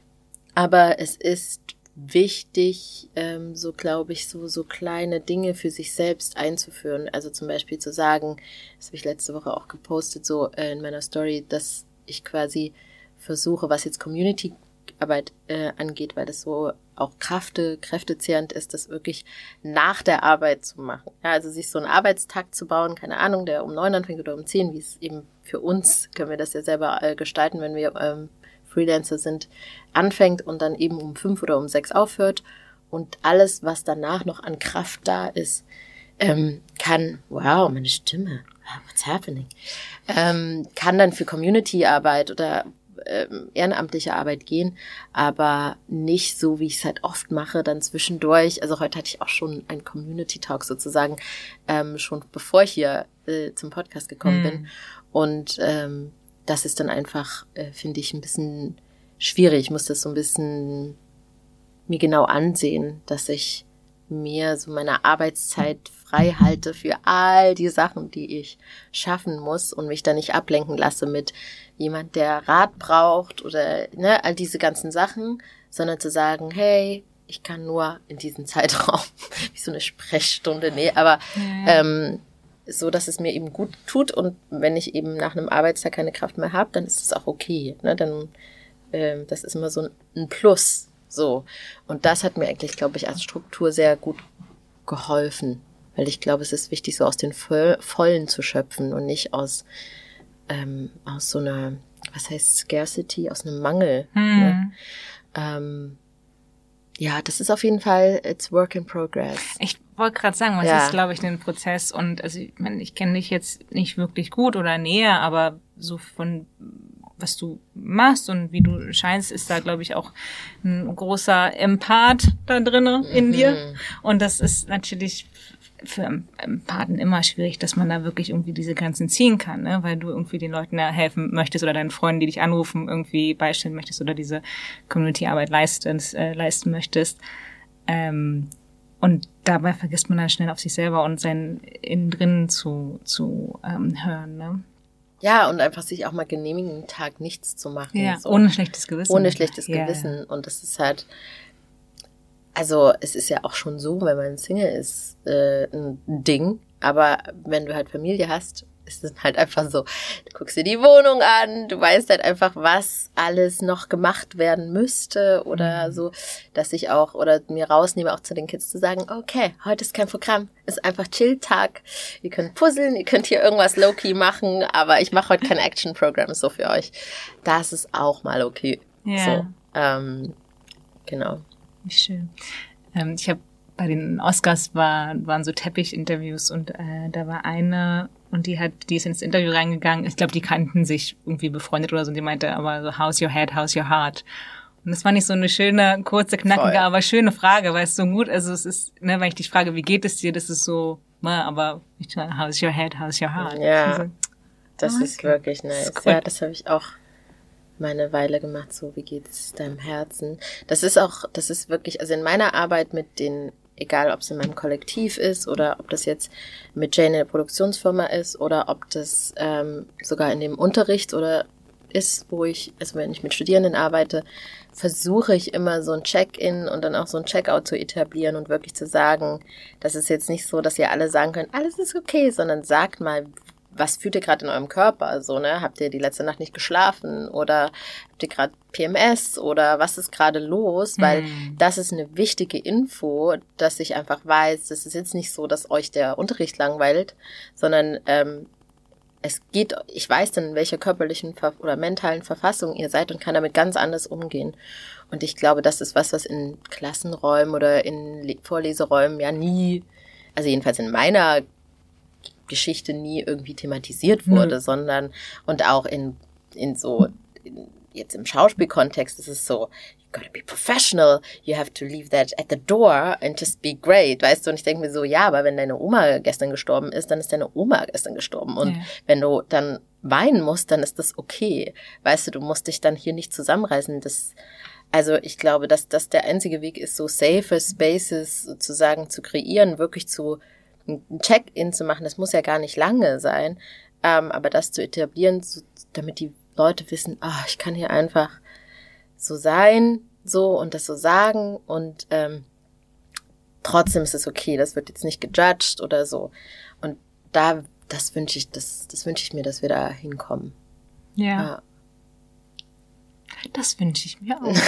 aber es ist wichtig, so glaube ich, so kleine Dinge für sich selbst einzuführen. Also zum Beispiel zu sagen, das habe ich letzte Woche auch gepostet, so in meiner Story, dass ich quasi versuche, was jetzt Community-Arbeit angeht, weil das so auch kräftezehrend ist, das wirklich nach der Arbeit zu machen. Ja, also sich so einen Arbeitstag zu bauen, keine Ahnung, der um 9 anfängt oder um 10, wie es eben für uns, können wir das ja selber gestalten, wenn wir Freelancer sind, anfängt und dann eben um 5 oder um 6 aufhört und alles, was danach noch an Kraft da ist, kann, wow, meine Stimme, what's happening, kann dann für Community-Arbeit oder ehrenamtliche Arbeit gehen, aber nicht so, wie ich es halt oft mache, dann zwischendurch, also heute hatte ich auch schon einen Community-Talk sozusagen, schon bevor ich hier zum Podcast gekommen bin und das ist dann einfach, finde ich, ein bisschen schwierig. Ich muss das so ein bisschen mir genau ansehen, dass ich mir so meine Arbeitszeit frei halte für all die Sachen, die ich schaffen muss und mich da nicht ablenken lasse mit jemand, der Rat braucht oder all diese ganzen Sachen, sondern zu sagen, hey, ich kann nur in diesem Zeitraum, wie so eine Sprechstunde, aber so, dass es mir eben gut tut und wenn ich eben nach einem Arbeitstag keine Kraft mehr habe, dann ist das auch okay. Ne? Dann, das ist immer so ein Plus. So. Und das hat mir eigentlich, glaube ich, als Struktur sehr gut geholfen. Weil ich glaube, es ist wichtig, so aus den Vollen zu schöpfen und nicht aus so einer, was heißt Scarcity, aus einem Mangel. Ne? Ja, das ist auf jeden Fall, it's work in progress. Ich wollte gerade sagen, was ist, glaube ich, ein Prozess und also ich meine, ich kenne dich jetzt nicht wirklich gut oder näher, aber so von was du machst und wie du scheinst, ist da, glaube ich, auch ein großer Empath da drin in dir. Und das ist natürlich für Empathen immer schwierig, dass man da wirklich irgendwie diese Grenzen ziehen kann, ne? Weil du irgendwie den Leuten da helfen möchtest oder deinen Freunden, die dich anrufen, irgendwie beistellen möchtest oder diese Community-Arbeit leisten möchtest. Und dabei vergisst man dann schnell auf sich selber und sein Innen drin zu hören, ne? Ja, und einfach sich auch mal genehmigen, einen Tag nichts zu machen. Ja, so. Ohne schlechtes Gewissen. Ohne schlechtes Gewissen. Und das ist halt, also es ist ja auch schon so, wenn man Single ist, ein Ding. Aber wenn du halt Familie hast, ist es halt einfach so, du guckst dir die Wohnung an, du weißt halt einfach, was alles noch gemacht werden müsste oder so, dass ich auch, oder mir rausnehme, auch zu den Kids zu sagen, okay, heute ist kein Programm, ist einfach Chill-Tag, ihr könnt puzzeln, ihr könnt hier irgendwas low-key machen, aber ich mache heute kein Action-Programm so für euch. Das ist auch mal okay. Ja. So, genau. Wie schön. Ich habe bei den Oscars waren so Teppich-Interviews und da war eine und die ist ins Interview reingegangen. Ich glaube, die kannten sich irgendwie befreundet oder so und die meinte aber so, how's your head, how's your heart? Und das fand ich so eine schöne, kurze, knackige, aber schöne Frage, weil es so gut, also es ist, ne, wenn ich dich frage, wie geht es dir, das ist so, ne, aber how's your head, how's your heart? Ja, also, das ist wirklich nice. Das ja, das habe ich auch mal eine Weile gemacht, so, wie geht es deinem Herzen? Das ist wirklich, also in meiner Arbeit mit den, egal ob es in meinem Kollektiv ist oder ob das jetzt mit Jane in der Produktionsfirma ist oder ob das sogar in dem Unterricht oder ist, wo ich, also wenn ich mit Studierenden arbeite, versuche ich immer so ein Check-in und dann auch so ein Check-out zu etablieren und wirklich zu sagen, das ist jetzt nicht so, dass ihr alle sagen könnt, alles ist okay, sondern sagt mal, was fühlt ihr gerade in eurem Körper? So, ne? Habt ihr die letzte Nacht nicht geschlafen oder habt ihr gerade PMS oder was ist gerade los? Weil das ist eine wichtige Info, dass ich einfach weiß, das ist jetzt nicht so, dass euch der Unterricht langweilt, sondern ich weiß dann, in welcher körperlichen oder mentalen Verfassung ihr seid und kann damit ganz anders umgehen. Und ich glaube, das ist was in Klassenräumen oder in Vorleseräumen ja nie, also jedenfalls in meiner Geschichte nie irgendwie thematisiert wurde, sondern und auch jetzt im Schauspielkontext ist es so, you gotta be professional, you have to leave that at the door and just be great, weißt du, und ich denke mir so, ja, aber wenn deine Oma gestern gestorben ist, dann ist deine Oma gestern gestorben und wenn du dann weinen musst, dann ist das okay, weißt du musst dich dann hier nicht zusammenreißen, also ich glaube, dass das der einzige Weg ist, so safe Spaces sozusagen zu kreieren, wirklich ein Check-in zu machen, das muss ja gar nicht lange sein, aber das zu etablieren, damit die Leute wissen, ich kann hier einfach so sein, so und das so sagen und trotzdem ist es okay, das wird jetzt nicht gejudged oder so. Und das wünsche ich mir, dass wir da hinkommen. Ja. Das wünsche ich mir auch.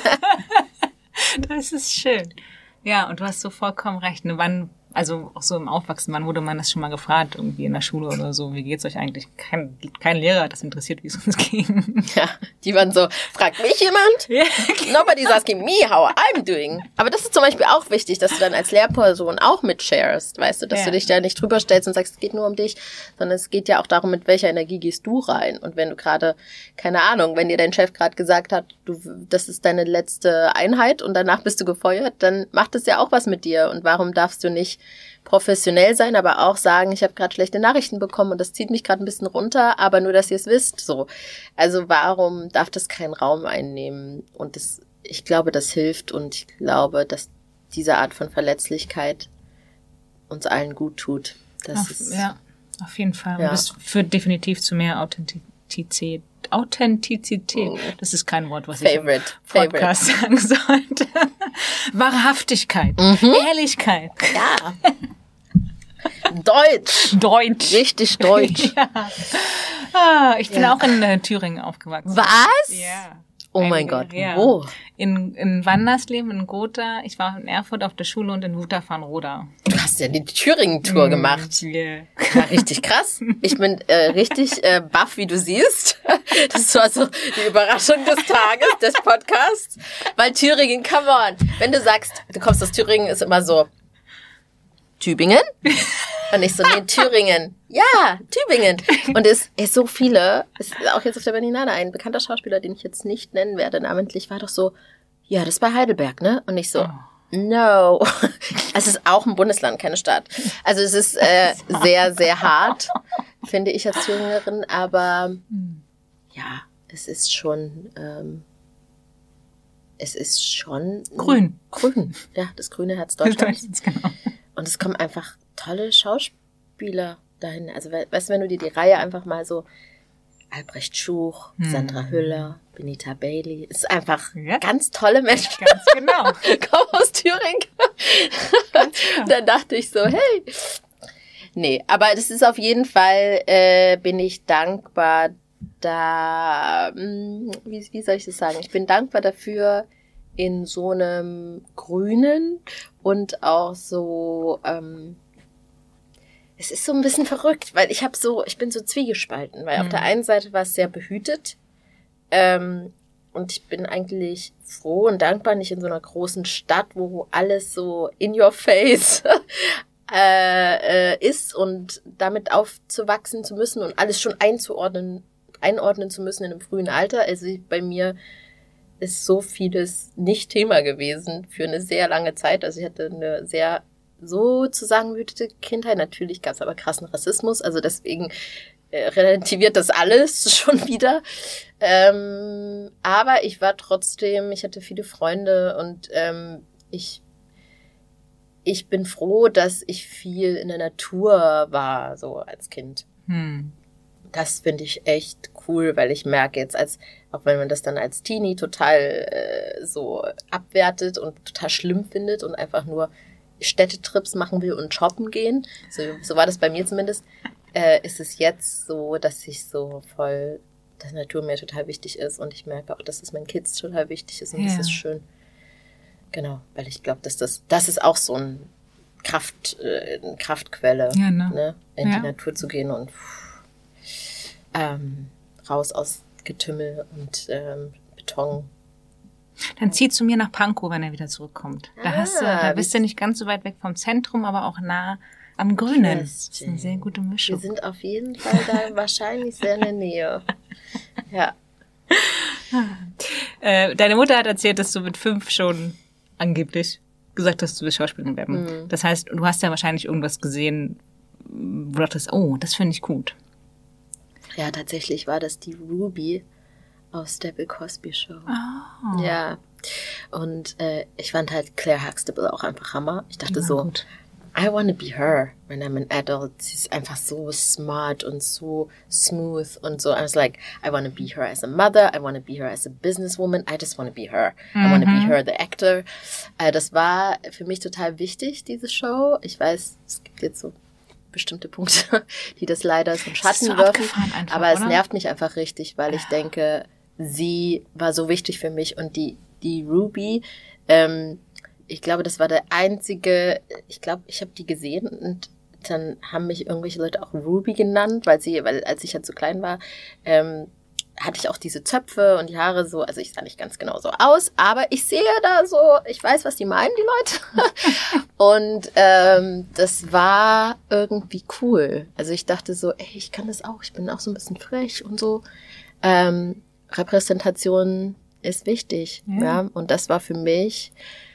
Das ist schön. Ja, und du hast so vollkommen recht. Ne? Also auch so im Aufwachsen, wann wurde man das schon mal gefragt, irgendwie in der Schule oder so, wie geht's euch eigentlich? Kein Lehrer hat das interessiert, wie es uns ging. Ja, die waren so, fragt mich jemand? Ja. Nobody's asking me how I'm doing. Aber das ist zum Beispiel auch wichtig, dass du dann als Lehrperson auch mitsharest, weißt du, dass du dich da nicht drüber stellst und sagst, es geht nur um dich, sondern es geht ja auch darum, mit welcher Energie gehst du rein. Und wenn du gerade, keine Ahnung, wenn dir dein Chef gerade gesagt hat, das ist deine letzte Einheit und danach bist du gefeuert, dann macht es ja auch was mit dir. Und warum darfst du nicht professionell sein, aber auch sagen, ich habe gerade schlechte Nachrichten bekommen und das zieht mich gerade ein bisschen runter, aber nur, dass ihr es wisst. So, also warum darf das keinen Raum einnehmen? Und ich glaube, das hilft und ich glaube, dass diese Art von Verletzlichkeit uns allen gut tut. Auf jeden Fall. Und das führt definitiv zu mehr Authentizität. Das ist kein Wort, was ich im Podcast sagen sollte. Wahrhaftigkeit. Ehrlichkeit. Ja. Deutsch. Richtig deutsch. Ja. Ich bin auch in Thüringen aufgewachsen. Was? Ja. Oh mein Gott, wo? In Wandersleben, in Gotha. Ich war in Erfurt auf der Schule und in Wutachfarnroda. Du hast ja die Thüringen-Tour gemacht. Yeah. Ja, richtig krass. Ich bin richtig baff, wie du siehst. Das war so die Überraschung des Tages, des Podcasts. Weil Thüringen, come on. Wenn du sagst, du kommst aus Thüringen, ist immer so Tübingen. Und ich so, nee, Thüringen. Ja, Tübingen. Und es ist so viele, es ist auch jetzt auf der Berlinale ein bekannter Schauspieler, den ich jetzt nicht nennen werde, namentlich, war doch so, ja, das ist bei Heidelberg, ne? Und ich so, no. Es ist auch ein Bundesland, keine Stadt. Also es ist sehr, sehr hart, finde ich als Thüringerin, aber ja, es ist schon grün. Grün, ja, das grüne Herz Deutschlands. Genau. Und es kommen einfach tolle Schauspieler dahin. Also weißt du, wenn du dir die Reihe einfach mal so Albrecht Schuch, Sandra Hüller, Benita Bailey, es ist einfach ganz tolle Menschen. Ganz genau. Kommen aus Thüringen. Dann dachte ich so, hey. Nee, aber das ist auf jeden Fall, bin ich dankbar wie soll ich das sagen? Ich bin dankbar dafür, in so einem grünen und auch so, es ist so ein bisschen verrückt, weil ich bin so zwiegespalten, weil auf der einen Seite war es sehr behütet, und ich bin eigentlich froh und dankbar, nicht in so einer großen Stadt, wo alles so in your face ist und damit aufzuwachsen zu müssen und alles schon einordnen zu müssen in einem frühen Alter. Also bei mir ist so vieles nicht Thema gewesen für eine sehr lange Zeit. Also ich hatte eine sehr sozusagen behütete Kindheit. Natürlich gab es aber krassen Rassismus, also deswegen relativiert das alles schon wieder. Aber ich war trotzdem, ich hatte viele Freunde und ich bin froh, dass ich viel in der Natur war, so als Kind. Das finde ich echt cool, weil ich merke jetzt, auch wenn man das dann als Teenie total so abwertet und total schlimm findet und einfach nur Städtetrips machen will und shoppen gehen, so war das bei mir zumindest, ist es jetzt so, dass dass Natur mir total wichtig ist und ich merke auch, dass es meinen Kids total wichtig ist und das ist schön. Genau, weil ich glaube, dass das ist auch so eine Kraftquelle, ne? In die Natur zu gehen und raus aus Getümmel und Beton. Dann zieh zu mir nach Pankow, wenn er wieder zurückkommt. Da bist du nicht ganz so weit weg vom Zentrum, aber auch nah am Grünen. Das ist eine sehr gute Mischung. Wir sind auf jeden Fall da wahrscheinlich sehr in der Nähe. Ja. Deine Mutter hat erzählt, dass du mit 5 schon angeblich gesagt hast, du willst Schauspielerin werden. Das heißt, du hast ja wahrscheinlich irgendwas gesehen, wo du dachtest, oh, das finde ich gut. Ja, tatsächlich war das die Ruby aus der Bill Cosby Show. Oh. Ja. Und ich fand halt Claire Huxtable auch einfach Hammer. Ich dachte gut. I want to be her when I'm an adult. Sie ist einfach so smart und so smooth und so. I was like, I want to be her as a mother. I want to be her as a businesswoman. I just want to be her. I want to be her, the actor. Das war für mich total wichtig, diese Show. Ich weiß, es gibt jetzt so bestimmte Punkte, die das leider so im Schatten werfen. Einfach, aber es oder? nervt mich einfach richtig, weil ich denke, sie war so wichtig für mich und die Ruby, ich glaube, das war der einzige, ich habe die gesehen und dann haben mich irgendwelche Leute auch Ruby genannt, weil als ich halt so klein war, hatte ich auch diese Zöpfe und die Haare so, also ich sah nicht ganz genau so aus, aber ich sehe da so, ich weiß, was die meinen, die Leute. Und das war irgendwie cool. Also ich dachte so, ey, ich kann das auch, ich bin auch so ein bisschen frech und so. Repräsentation ist wichtig, ja. Und das war für mich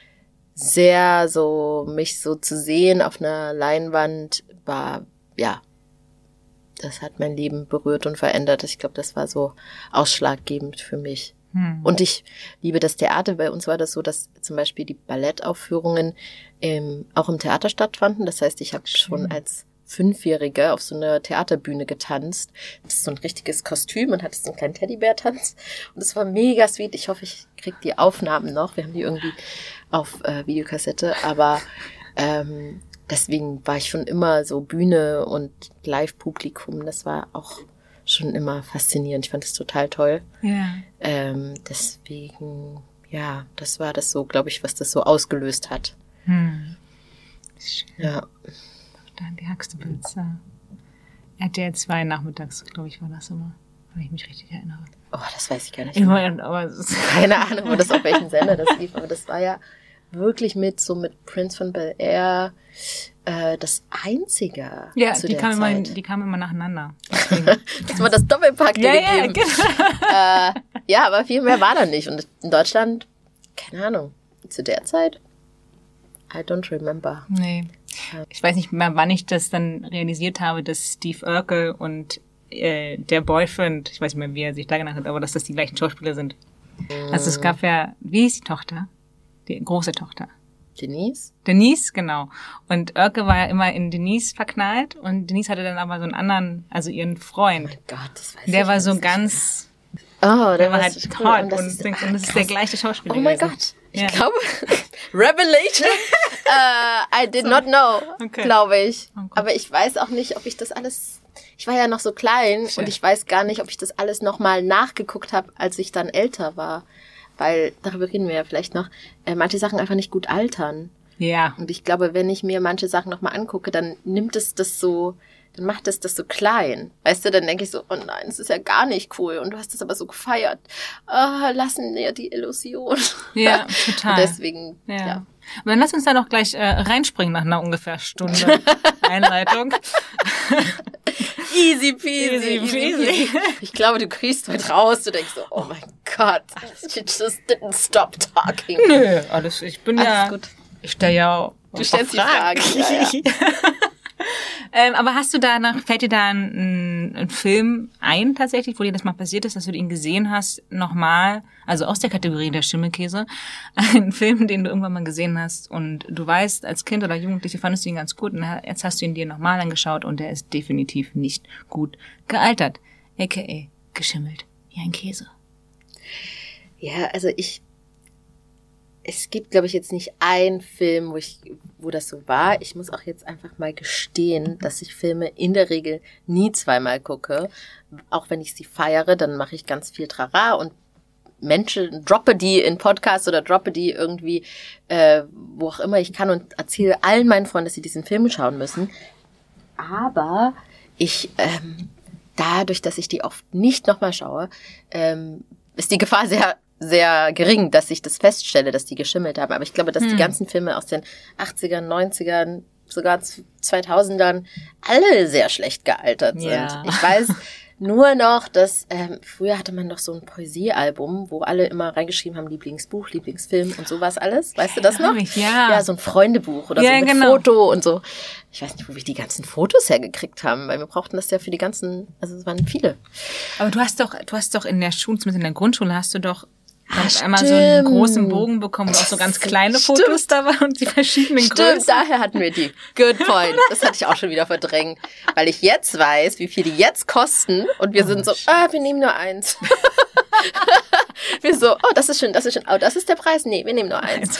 sehr so, mich so zu sehen auf einer Leinwand war, ja, das hat mein Leben berührt und verändert. Ich glaube, das war so ausschlaggebend für mich. Und ich liebe das Theater. Bei uns war das so, dass zum Beispiel die Ballettaufführungen auch im Theater stattfanden. Das heißt, ich habe schon als 5-Jährige auf so einer Theaterbühne getanzt. Das ist so ein richtiges Kostüm und hatte so einen kleinen Teddybär-Tanz. Und das war mega sweet. Ich hoffe, ich kriege die Aufnahmen noch. Wir haben die irgendwie auf Videokassette. Aber deswegen war ich schon immer so Bühne und Live-Publikum. Das war auch schon immer faszinierend. Ich fand das total toll. Ja. Deswegen, ja, das war das so, glaube ich, was das so ausgelöst hat. Schön. Ja. Dann die Huxtables. RTL 2 nachmittags, glaube ich, war das immer, wenn ich mich richtig erinnere. Oh, das weiß ich gar nicht. Aber Keine Ahnung, wo das auf welchen Sender das lief, aber das war ja wirklich mit Prince von Bel-Air das Einzige zu der Zeit. Die kamen immer nacheinander. Das war das Doppelpack gegeben. Ja, genau. Ja, aber viel mehr war da nicht. Und in Deutschland, keine Ahnung, zu der Zeit, I don't remember. Nee. Ich weiß nicht mehr, wann ich das dann realisiert habe, dass Steve Urkel und der Boyfriend, ich weiß nicht mehr, wie er sich da genannt hat, aber dass das die gleichen Schauspieler sind. Also es gab ja, wie hieß die Tochter? Die große Tochter. Denise, genau. Und Urkel war ja immer in Denise verknallt und Denise hatte dann aber so einen anderen, also ihren Freund. Oh mein Gott, das weiß ich. Der war so ganz, der war halt hot und das ist der gleiche Schauspieler. Oh mein Gott. Ich glaube, Revelation, I did not know, glaube ich. Okay. Aber ich weiß auch nicht, ob ich das alles, ich war ja noch so klein und ich weiß gar nicht, ob ich das alles nochmal nachgeguckt habe, als ich dann älter war. Weil, darüber reden wir ja vielleicht noch, manche Sachen einfach nicht gut altern. Ja. Und ich glaube, wenn ich mir manche Sachen nochmal angucke, dann nimmt es das so, dann macht es das so klein. Weißt du, dann denke ich so, oh nein, das ist ja gar nicht cool. Und du hast das aber so gefeiert. Lassen wir die Illusion. Ja, total. Und deswegen, ja. Und dann lass uns da noch gleich reinspringen nach einer ungefähr Stunde Einleitung. Easy peasy. Ich glaube, du kriegst heute raus. Du denkst so, oh mein Gott, she just didn't stop talking. Nö, alles, ich bin alles gut. Ich stelle ja du stellst die Fragen. Ja. Aber fällt dir da ein Film ein tatsächlich, wo dir das mal passiert ist, dass du ihn gesehen hast, nochmal, also aus der Kategorie der Schimmelkäse, ein Film, den du irgendwann mal gesehen hast und du weißt, als Kind oder Jugendliche fandest du ihn ganz gut und jetzt hast du ihn dir nochmal angeschaut und der ist definitiv nicht gut gealtert, aka geschimmelt wie ein Käse. Ja, also es gibt, glaube ich, jetzt nicht einen Film, wo das so war. Ich muss auch jetzt einfach mal gestehen, dass ich Filme in der Regel nie zweimal gucke. Auch wenn ich sie feiere, dann mache ich ganz viel Trara und droppe die in Podcasts oder droppe die irgendwie, wo auch immer ich kann und erzähle allen meinen Freunden, dass sie diesen Film schauen müssen. Aber dadurch, dass ich die oft nicht nochmal schaue, ist die Gefahr sehr sehr gering, dass ich das feststelle, dass die geschimmelt haben. Aber ich glaube, dass die ganzen Filme aus den 80ern, 90ern, sogar 2000ern alle sehr schlecht gealtert sind. Ja. Ich weiß nur noch, dass früher hatte man doch so ein Poesiealbum, wo alle immer reingeschrieben haben, Lieblingsbuch, Lieblingsfilm und sowas alles. Weißt du das noch? Ja, so ein Freundebuch oder so mit Foto und so. Ich weiß nicht, wo wir die ganzen Fotos hergekriegt haben, weil wir brauchten das ja für die ganzen, also es waren viele. Aber du hast doch in der Schule, zumindest in der Grundschule, hast du doch einmal so einen großen Bogen bekommen, wo auch so ganz kleine Fotos da waren und die verschiedenen Größen. Stimmt, daher hatten wir die. Good point. Das hatte ich auch schon wieder verdrängt. Weil ich jetzt weiß, wie viel die jetzt kosten und wir sind so, wir nehmen nur eins. Wir so, das ist schön. Oh, das ist der Preis? Nee, wir nehmen nur eins.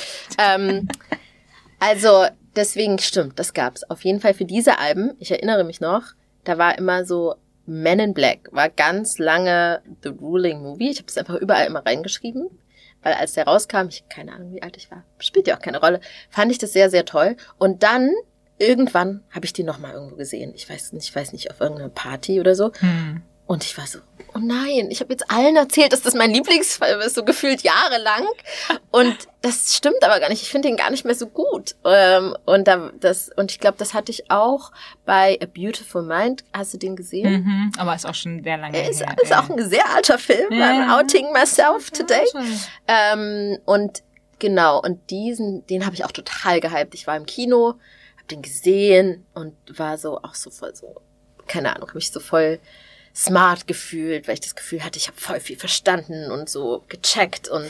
Also, deswegen stimmt, das gab's. Auf jeden Fall für diese Alben, ich erinnere mich noch, da war immer so Men in Black war ganz lange the ruling movie. Ich habe es einfach überall immer reingeschrieben, weil als der rauskam, ich keine Ahnung, wie alt ich war, spielt ja auch keine Rolle, fand ich das sehr, sehr toll. Und dann, irgendwann, habe ich die nochmal irgendwo gesehen. Ich weiß nicht, auf irgendeiner Party oder so. Und ich war so, oh nein, ich habe jetzt allen erzählt, dass das mein Lieblingsfilm ist, so gefühlt jahrelang. Und das stimmt aber gar nicht. Ich finde den gar nicht mehr so gut. Und ich glaube, das hatte ich auch bei A Beautiful Mind. Hast du den gesehen? Aber ist auch schon sehr lange her. Ist auch ein sehr alter Film. I'm outing myself today. Und genau, und den habe ich auch total gehypt. Ich war im Kino, habe den gesehen und war so auch so voll so, keine Ahnung, habe mich so voll smart gefühlt, weil ich das Gefühl hatte, ich habe voll viel verstanden und so gecheckt und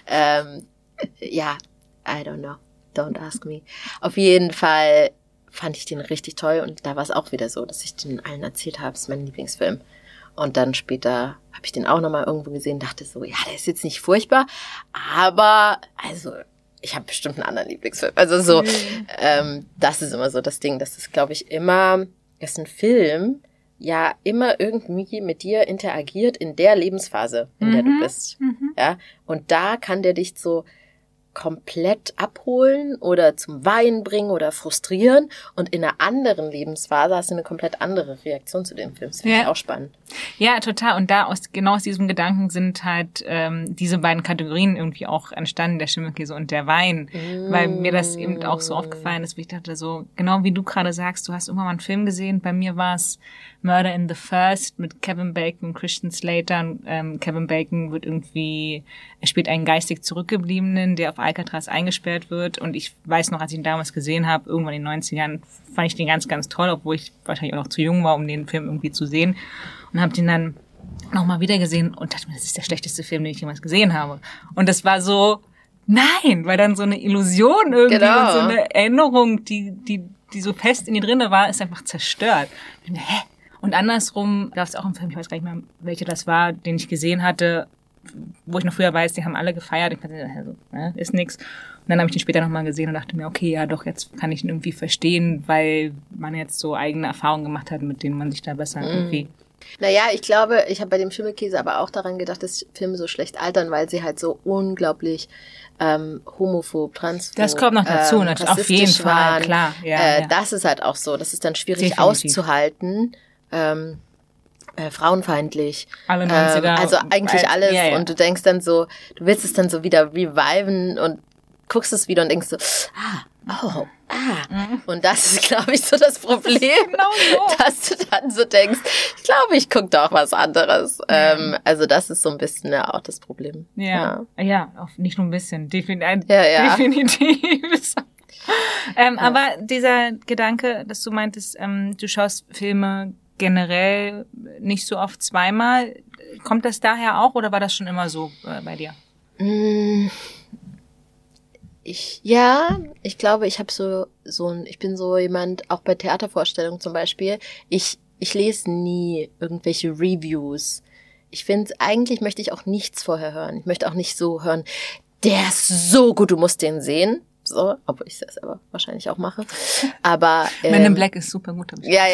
I don't know, don't ask me. Auf jeden Fall fand ich den richtig toll und da war es auch wieder so, dass ich den allen erzählt habe, es ist mein Lieblingsfilm. Und dann später habe ich den auch nochmal irgendwo gesehen, dachte so, ja, der ist jetzt nicht furchtbar, aber also ich habe bestimmt einen anderen Lieblingsfilm. Also so, das ist immer so das Ding, dass das, glaube ich, immer, dass ein Film ja immer irgendwie mit dir interagiert in der Lebensphase, in der du bist. Ja, und da kann der dich so komplett abholen oder zum Weinen bringen oder frustrieren und in einer anderen Lebensphase hast du eine komplett andere Reaktion zu dem Film. Das finde ich auch spannend. Ja, total. Und genau aus diesem Gedanken sind halt diese beiden Kategorien irgendwie auch entstanden, der Schimmelkäse und der Wein, weil mir das eben auch so aufgefallen ist, wie ich dachte so, genau wie du gerade sagst, du hast irgendwann mal einen Film gesehen, bei mir war es Murder in the First mit Kevin Bacon und Christian Slater. Kevin Bacon er spielt einen geistig Zurückgebliebenen, der auf Alcatraz eingesperrt wird. Und ich weiß noch, als ich ihn damals gesehen habe, irgendwann in den 90ern, fand ich den ganz, ganz toll, obwohl ich wahrscheinlich auch noch zu jung war, um den Film irgendwie zu sehen. Und habe den dann nochmal wieder gesehen und dachte mir, das ist der schlechteste Film, den ich jemals gesehen habe. Und das war so, nein, weil dann so eine Illusion irgendwie und so eine Erinnerung, die so fest in dir drinne war, ist einfach zerstört. Und hä? Und andersrum gab es auch einen Film, ich weiß gar nicht mehr, welcher das war, den ich gesehen hatte, wo ich noch früher weiß, die haben alle gefeiert. Ich dachte, also, ist nix. Und dann habe ich den später nochmal gesehen und dachte mir, okay, ja doch, jetzt kann ich ihn irgendwie verstehen, weil man jetzt so eigene Erfahrungen gemacht hat, mit denen man sich da besser irgendwie... Naja, ich glaube, ich habe bei dem Schimmelkäse aber auch daran gedacht, dass Filme so schlecht altern, weil sie halt so unglaublich homophob, transphob, das kommt noch dazu, natürlich, auf jeden Fall, klar. Ja. Das ist halt auch so, das ist dann schwierig auszuhalten. Frauenfeindlich. Alle 90er. Also eigentlich alles. Ja. Und du denkst dann so, du willst es dann so wieder reviven und guckst es wieder und denkst so, Und das ist, glaube ich, so das Problem, genau so. Dass du dann so denkst, ich glaube, ich gucke doch was anderes. Also das ist so ein bisschen auch das Problem. Ja, nicht nur ein bisschen, definitiv. Aber dieser Gedanke, dass du meintest, du schaust Filme generell nicht so oft zweimal, kommt das daher auch oder war das schon immer so bei dir? Ich glaube, ich habe ich bin so jemand, auch bei Theatervorstellungen zum Beispiel, ich lese nie irgendwelche Reviews. Ich finde, eigentlich möchte ich auch nichts vorher hören. Ich möchte auch nicht so hören, der ist so gut, du musst den sehen. So, obwohl ich das aber wahrscheinlich auch mache. Aber Men in Black ist super gut. Ja.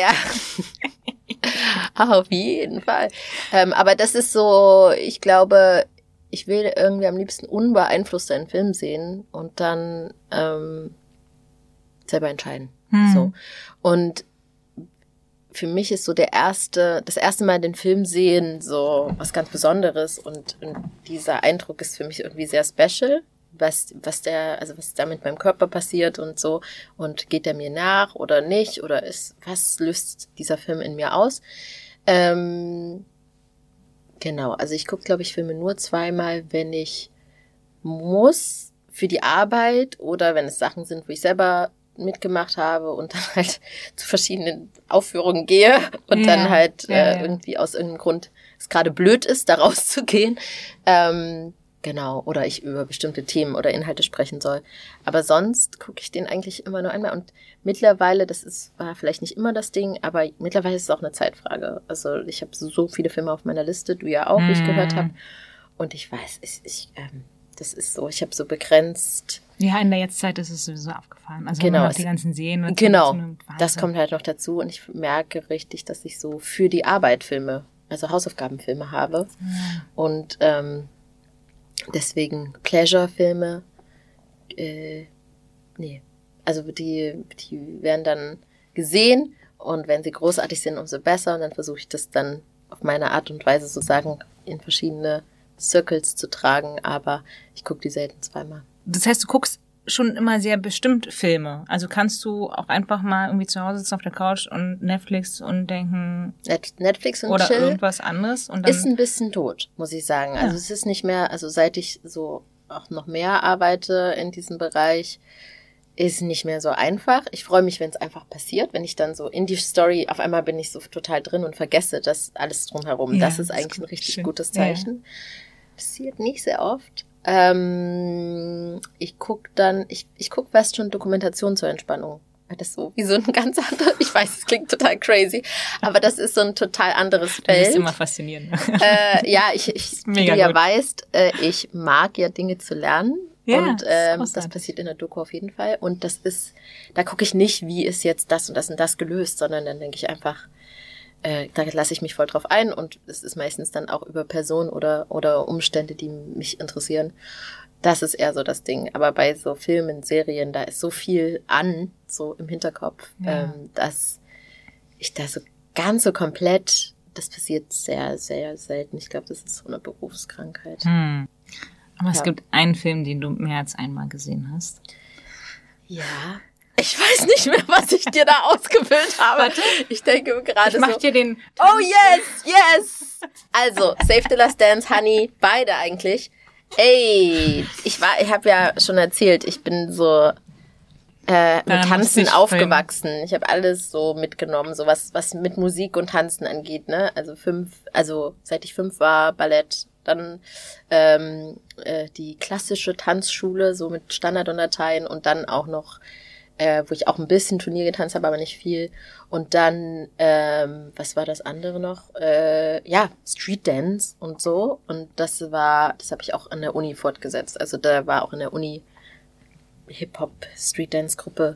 Auf jeden Fall. Aber das ist so, ich glaube, ich will irgendwie am liebsten unbeeinflusst einen Film sehen und dann selber entscheiden. So. Und für mich ist so das erste Mal den Film sehen so was ganz Besonderes und dieser Eindruck ist für mich irgendwie sehr special. Was da mit meinem Körper passiert und so und geht der mir nach oder nicht oder was löst dieser Film in mir aus? Genau, also ich gucke, glaube ich, Filme nur zweimal, wenn ich muss für die Arbeit oder wenn es Sachen sind, wo ich selber mitgemacht habe und dann halt zu verschiedenen Aufführungen gehe und dann halt irgendwie aus irgendeinem Grund es gerade blöd ist, da rauszugehen. Genau, oder ich über bestimmte Themen oder Inhalte sprechen soll. Aber sonst gucke ich den eigentlich immer nur einmal. Und mittlerweile, war vielleicht nicht immer das Ding, aber mittlerweile ist es auch eine Zeitfrage. Also ich habe so viele Filme auf meiner Liste, du ja auch, wie ich gehört habe. Und ich weiß, das ist so, ich habe so begrenzt. Ja, in der Jetztzeit ist es sowieso aufgefallen. Also genau, noch die ganzen Serien. Und genau, das kommt halt noch dazu. Und ich merke richtig, dass ich so für die Arbeit Filme, also Hausaufgabenfilme habe. Und deswegen Pleasure-Filme, also die werden dann gesehen und wenn sie großartig sind, umso besser und dann versuche ich das dann auf meine Art und Weise sozusagen in verschiedene Circles zu tragen, aber ich gucke die selten zweimal. Das heißt, du guckst schon immer sehr bestimmt Filme. Also kannst du auch einfach mal irgendwie zu Hause sitzen auf der Couch und Netflix und denken... Netflix und oder Chill irgendwas anderes. Und dann ist ein bisschen tot, muss ich sagen. Also es ist nicht mehr, also seit ich so auch noch mehr arbeite in diesem Bereich, ist nicht mehr so einfach. Ich freue mich, wenn es einfach passiert, wenn ich dann so in die Story, auf einmal bin ich so total drin und vergesse das alles drumherum. Ja, das ist eigentlich ein richtig gutes Zeichen. Ja. Passiert nicht sehr oft. Ich guck fast schon Dokumentation zur Entspannung. Das ist so wie so ein ganz anderes, ich weiß, es klingt total crazy, aber das ist so ein total anderes Feld. Das ist immer faszinierend. Ja, wie du ja weißt, ich mag ja Dinge zu lernen. Ja, und das passiert in der Doku auf jeden Fall. Und da gucke ich nicht, wie ist jetzt das und das gelöst, sondern dann denke ich einfach, da lasse ich mich voll drauf ein und es ist meistens dann auch über Personen oder Umstände, die mich interessieren. Das ist eher so das Ding. Aber bei so Filmen, Serien, da ist so viel an, so im Hinterkopf, dass ich da so ganz so komplett, das passiert sehr, sehr selten. Ich glaube, das ist so eine Berufskrankheit. Aber es gibt einen Film, den du mehr als einmal gesehen hast. Ja. Ich weiß nicht mehr, was ich dir da ausgefüllt habe. Warte. Ich denke gerade Ich mach dir den... Oh, yes! Also, Save the Last Dance, Honey, beide eigentlich. Ey, ich habe ja schon erzählt, ich bin so mit Tanzen aufgewachsen. Ich habe alles so mitgenommen, so was mit Musik und Tanzen angeht, ne? Also seit ich 5 war, Ballett, dann die klassische Tanzschule, so mit Standard und Dateien und dann auch noch wo ich auch ein bisschen Turnier getanzt habe, aber nicht viel. Und dann, was war das andere noch? Street Dance und so. Und das habe ich auch an der Uni fortgesetzt. Also da war auch in der Uni Hip-Hop, Street Dance Gruppe.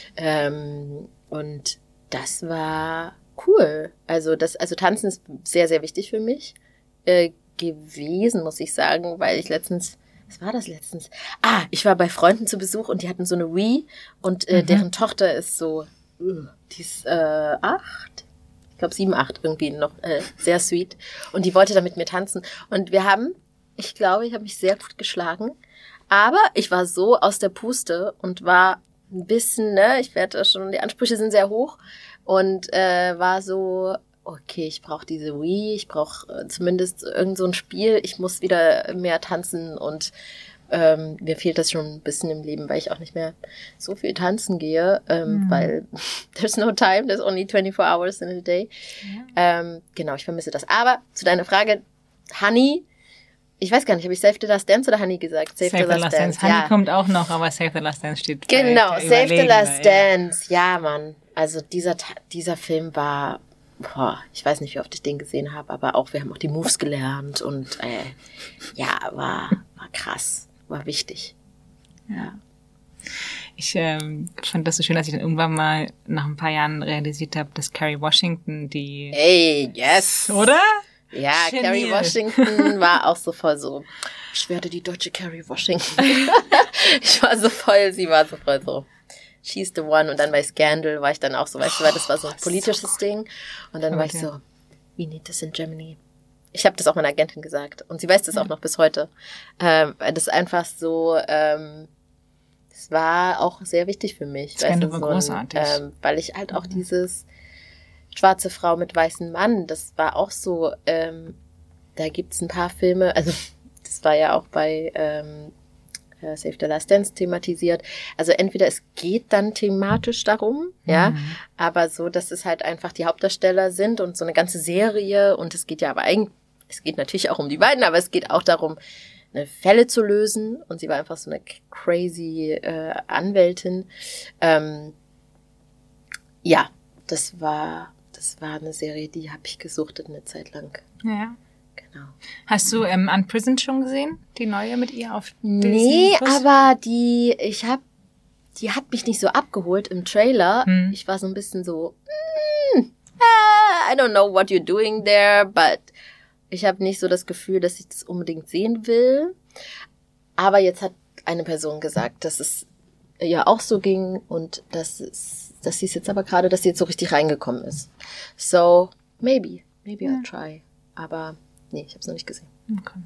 Und das war cool. Also Tanzen ist sehr, sehr wichtig für mich gewesen, muss ich sagen, weil ich was war das letztens? Ich war bei Freunden zu Besuch und die hatten so eine Wii und deren Tochter ist so, die ist 8, ich glaube 7, 8 irgendwie noch, sehr sweet. Und die wollte da mit mir tanzen. Und ich habe mich sehr gut geschlagen. Aber ich war so aus der Puste und war ein bisschen, die Ansprüche sind sehr hoch und war so, okay, ich brauche diese Wii, ich brauche zumindest irgend so ein Spiel, ich muss wieder mehr tanzen und mir fehlt das schon ein bisschen im Leben, weil ich auch nicht mehr so viel tanzen gehe, weil there's no time, there's only 24 hours in a day. Ja. Genau, ich vermisse das. Aber zu deiner Frage, Honey, ich weiß gar nicht, habe ich Save the Last Dance oder Honey gesagt? Save the Last Dance. Honey kommt auch noch, aber Save the Last Dance steht. Genau, Save the Last Dance. Ja, Mann. Also dieser Film war, ich weiß nicht, wie oft ich den gesehen habe, aber auch, wir haben auch die Moves gelernt und war krass, war wichtig. Ja. Ich fand das so schön, dass ich dann irgendwann mal nach ein paar Jahren realisiert habe, dass Kerry Washington Hey, yes! Oder? Ja, Genial. Kerry Washington war auch so voll so, ich werde die deutsche Kerry Washington. Sie war so voll so, she's the one. Und dann bei Scandal war ich dann auch so, weißt du, weil das war so ein politisches Ding. Und dann war ich so, we need this in Germany. Ich habe das auch meiner Agentin gesagt. Und sie weiß das auch noch bis heute. Das ist einfach so, das war auch sehr wichtig für mich. Scandal war großartig. Weil ich halt auch dieses schwarze Frau mit weißem Mann, das war auch so, da gibt's ein paar Filme, also das war ja auch bei Save the Last Dance thematisiert. Also entweder es geht dann thematisch darum, aber so, dass es halt einfach die Hauptdarsteller sind und so eine ganze Serie und es geht ja aber eigentlich, es geht natürlich auch um die beiden, aber es geht auch darum, eine Fälle zu lösen und sie war einfach so eine crazy Anwältin. Das war eine Serie, die habe ich gesuchtet eine Zeit lang. Ja. Genau. Hast du Unprisoned schon gesehen? Die neue mit ihr auf Disney+? Nee, aber die hat mich nicht so abgeholt im Trailer. Ich war so ein bisschen so, I don't know what you're doing there, but ich habe nicht so das Gefühl, dass ich das unbedingt sehen will. Aber jetzt hat eine Person gesagt, dass es ihr auch so ging und dass sie es jetzt aber gerade, dass sie jetzt so richtig reingekommen ist. So, maybe I'll try. Aber nee, ich habe es noch nicht gesehen. Okay.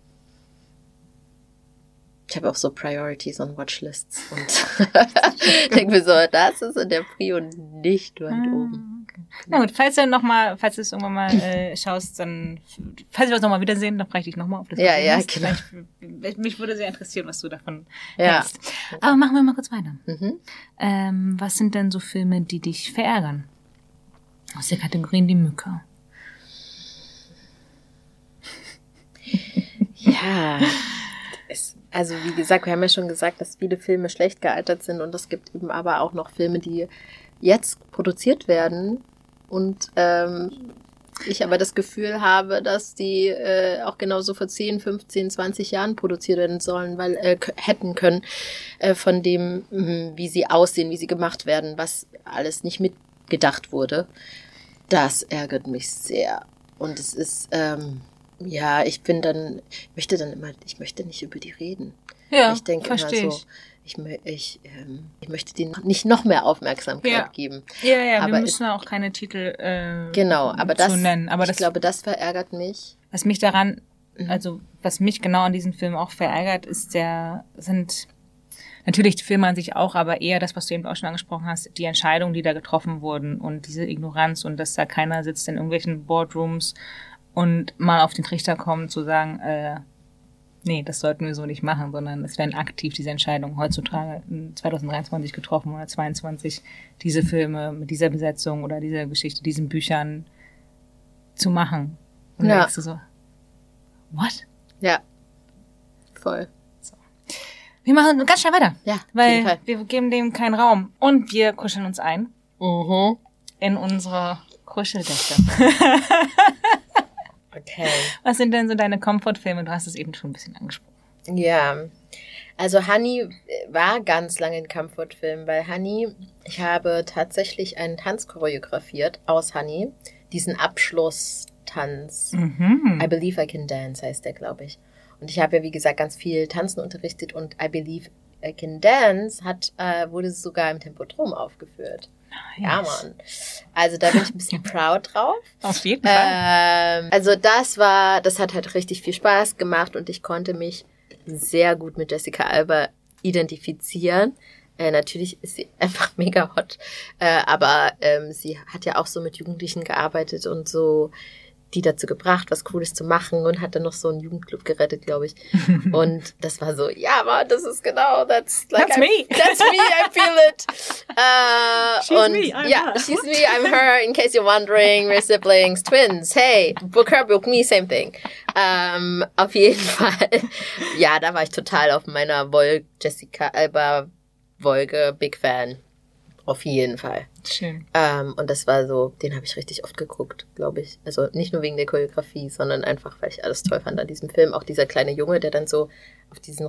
Ich habe auch so Priorities on Watchlists und denke mir so, das ist in der Prio nicht weit oben. Okay. Na gut, falls du es irgendwann mal schaust, dann, falls wir uns nochmal wiedersehen, dann frage ich dich nochmal, ob das hast. Genau. Mich würde sehr interessieren, was du davon hältst. Aber machen wir mal kurz weiter. Was sind denn so Filme, die dich verärgern? Aus der Kategorie Die Mücke. Ja, also wie gesagt, wir haben ja schon gesagt, dass viele Filme schlecht gealtert sind und es gibt eben aber auch noch Filme, die jetzt produziert werden und ich aber das Gefühl habe, dass die auch genauso vor 10, 15, 20 Jahren produziert werden sollen, weil hätten können von dem, wie sie aussehen, wie sie gemacht werden, was alles nicht mitgedacht wurde. Das ärgert mich sehr. Und es ist, ich möchte nicht über die reden. Ja, ich denke verstehe immer so, ich möchte denen nicht noch mehr Aufmerksamkeit geben. Ja, aber wir müssen auch keine Titel genau, aber das, nennen. Aber ich glaube, das verärgert mich. Was mich daran, also was mich genau an diesem Film auch verärgert, sind natürlich die Filme an sich auch, aber eher das, was du eben auch schon angesprochen hast, die Entscheidungen, die da getroffen wurden und diese Ignoranz und dass da keiner sitzt in irgendwelchen Boardrooms und mal auf den Trichter kommt zu sagen, nee, das sollten wir so nicht machen, sondern es werden aktiv diese Entscheidungen heutzutage in 2023 getroffen oder 2022, diese Filme mit dieser Besetzung oder dieser Geschichte, diesen Büchern zu machen. Und dann denkst du so, what? Ja, voll. So. Wir machen ganz schnell weiter. Ja, weil wir geben dem keinen Raum. Und wir kuscheln uns ein in unsere Kuscheldecke. Okay. Was sind denn so deine Comfort-Filme? Du hast es eben schon ein bisschen angesprochen. Ja, also Honey war ganz lange ein Comfort-Film, weil Honey, ich habe tatsächlich einen Tanz choreografiert aus Honey, diesen Abschlusstanz. I Believe I Can Dance heißt der, glaube ich. Und ich habe ja, wie gesagt, ganz viel Tanzen unterrichtet und I Believe I Can Dance wurde sogar im Tempodrom aufgeführt. Nice. Ja, Mann. Also da bin ich ein bisschen proud drauf. Auf jeden Fall. Also das hat halt richtig viel Spaß gemacht und ich konnte mich sehr gut mit Jessica Alba identifizieren. Natürlich ist sie einfach mega hot, aber sie hat ja auch so mit Jugendlichen gearbeitet und so die dazu gebracht, was Cooles zu machen und hat dann noch so einen Jugendclub gerettet, glaube ich. Und das war so, ja, Mann, das ist genau, that's me. That's me, I feel it. She's me, I'm her. She's me, I'm her, in case you're wondering, we're siblings, twins, hey, book her, book me, same thing. Auf jeden Fall, ja, da war ich total auf meiner Jessica Alba Wolke, Big Fan. Auf jeden Fall. Schön. Und das war so, den habe ich richtig oft geguckt, glaube ich. Also nicht nur wegen der Choreografie, sondern einfach, weil ich alles toll fand an diesem Film. Auch dieser kleine Junge, der dann so auf diesen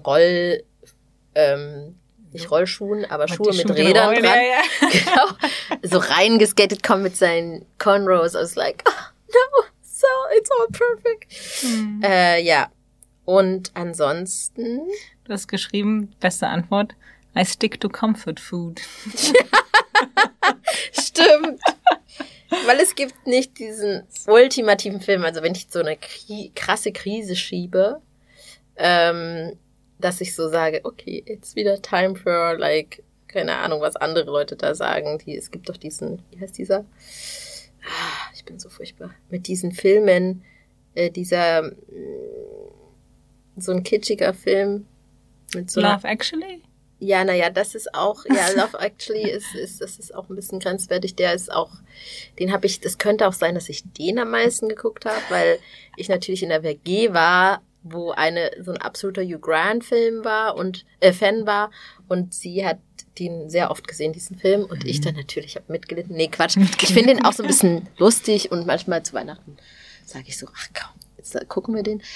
nicht Rollschuhen, aber Schuhe mit Rädern dran. Ja. Genau. So reingeskatet kommt mit seinen Cornrows. I was like, oh, no, so, it's all perfect. Ja. Und ansonsten. Du hast geschrieben, beste Antwort, I stick to comfort food. Stimmt. Weil es gibt nicht diesen ultimativen Film, also wenn ich so eine krasse Krise schiebe, dass ich so sage, okay, it's wieder time for, like, keine Ahnung, was andere Leute da sagen. Es gibt doch diesen, wie heißt dieser? Ich bin so furchtbar. Mit diesen Filmen, so ein kitschiger Film. Mit so Love Actually? Ja, naja, das ist auch, Love Actually das ist auch ein bisschen grenzwertig. Der ist auch, das könnte auch sein, dass ich den am meisten geguckt habe, weil ich natürlich in der WG war, wo so ein absoluter Hugh Grant-Fan war und sie hat den sehr oft gesehen, diesen Film, und ich dann natürlich habe mitgelitten. Nee, Quatsch. Ich finde den auch so ein bisschen lustig und manchmal zu Weihnachten sage ich so, ach komm, jetzt gucken wir den.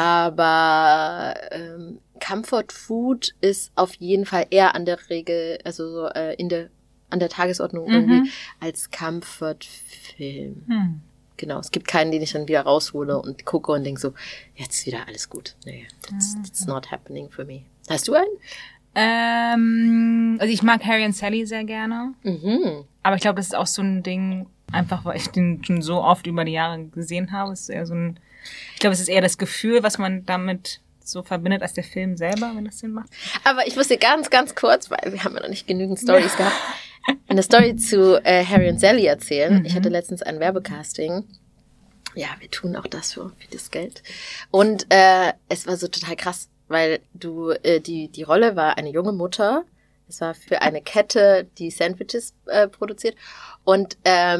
Aber Comfort Food ist auf jeden Fall eher an der Regel, also so an der Tagesordnung irgendwie als Comfort-Film. Genau, es gibt keinen, den ich dann wieder raushole und gucke und denke so, jetzt wieder alles gut. Nee, that's not happening for me. Hast du einen? Also ich mag Harry und Sally sehr gerne. Aber ich glaube, das ist auch so ein Ding, einfach weil ich den schon so oft über die Jahre gesehen habe. Es ist eher ich glaube, es ist eher das Gefühl, was man damit so verbindet, als der Film selber, wenn das Sinn macht. Aber ich muss dir ganz, ganz kurz, weil wir haben ja noch nicht genügend Storys gehabt, eine Story zu Harry und Sally erzählen. Ich hatte letztens ein Werbecasting. Ja, wir tun auch das für das Geld. Und es war so total krass, weil die Rolle war eine junge Mutter. Es war für eine Kette, die Sandwiches produziert. Und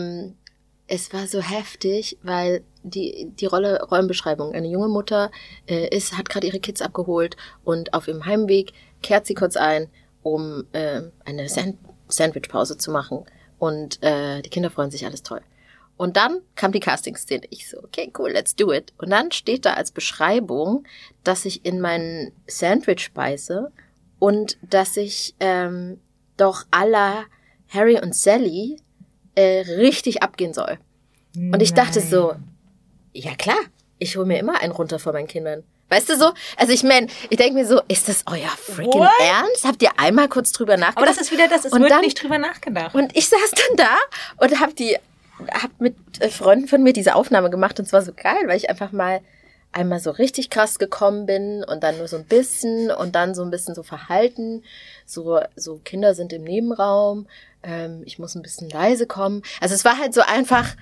es war so heftig, weil die Rollenbeschreibung, eine junge Mutter hat gerade ihre Kids abgeholt und auf ihrem Heimweg kehrt sie kurz ein, um eine Sandwichpause zu machen. Und die Kinder freuen sich, alles toll. Und dann kam die Casting-Szene. Ich so, okay, cool, let's do it. Und dann steht da als Beschreibung, dass ich in meinen Sandwich beiße und dass ich doch à la Harry und Sally richtig abgehen soll. Und ich dachte so, ja klar, ich hole mir immer einen runter vor meinen Kindern. Weißt du so? Also ich meine, ich denke mir so, ist das euer freaking Ernst? Habt ihr einmal kurz drüber nachgedacht? Aber das ist wieder das, es wird nicht drüber nachgedacht. Und ich saß dann da und hab mit Freunden von mir diese Aufnahme gemacht und es war so geil, weil ich einfach mal einmal so richtig krass gekommen bin und dann nur so ein bisschen und dann so ein bisschen so verhalten. So Kinder sind im Nebenraum, ich muss ein bisschen leise kommen. Also es war halt so einfach,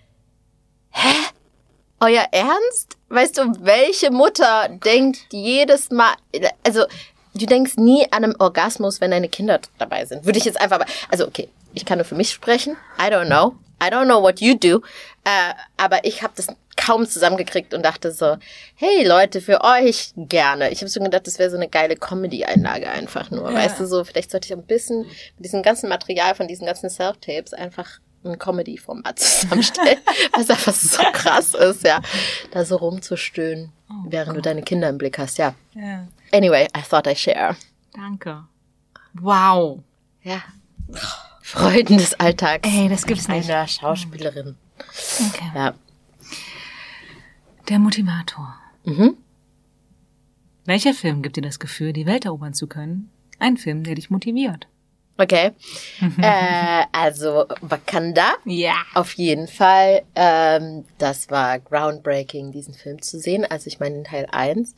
euer Ernst? Weißt du, welche Mutter denkt jedes Mal, also du denkst nie an einen Orgasmus, wenn deine Kinder dabei sind. Würde ich jetzt einfach, also okay, ich kann nur für mich sprechen. I don't know what you do. Aber ich habe das kaum zusammengekriegt und dachte so, hey Leute, für euch gerne. Ich habe schon gedacht, das wäre so eine geile Comedy-Einlage einfach nur. Ja. Weißt du, so vielleicht sollte ich ein bisschen mit diesem ganzen Material von diesen ganzen Self-Tapes einfach ein Comedy-Format zusammenstellen, was einfach so krass ist, ja, da so rumzustöhnen, während du deine Kinder im Blick hast, ja. Anyway, I thought I share. Danke. Wow. Ja. Freuden des Alltags. Ey, das gibt's nicht. Einer Schauspielerin. Okay. Ja. Der Motivator. Mhm. Welcher Film gibt dir das Gefühl, die Welt erobern zu können? Ein Film, der dich motiviert. Okay. Also Wakanda. Ja. Auf jeden Fall. Das war groundbreaking, diesen Film zu sehen. Also ich meine in Teil 1.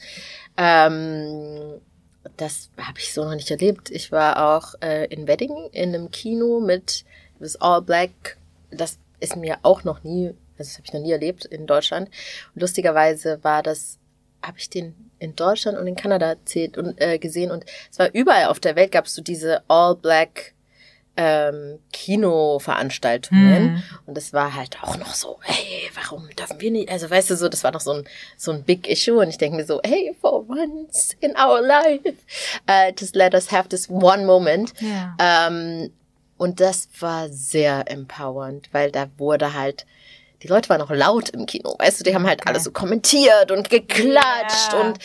Das habe ich so noch nicht erlebt. Ich war auch in Wedding in einem Kino mit das All Black. Das ist mir auch noch nie, also das habe ich noch nie erlebt in Deutschland. Und lustigerweise habe ich den in Deutschland und in Kanada gesehen und es war überall auf der Welt, gab es so diese All-Black Kino-Veranstaltungen und es war halt auch noch so, hey, warum dürfen wir nicht, also weißt du so, das war noch so ein Big Issue und ich denke mir so, hey, for once in our life, just let us have this one moment. Ja. Und das war sehr empowernd, weil da wurde halt, die Leute waren auch laut im Kino, weißt du, die haben halt alles so kommentiert und geklatscht und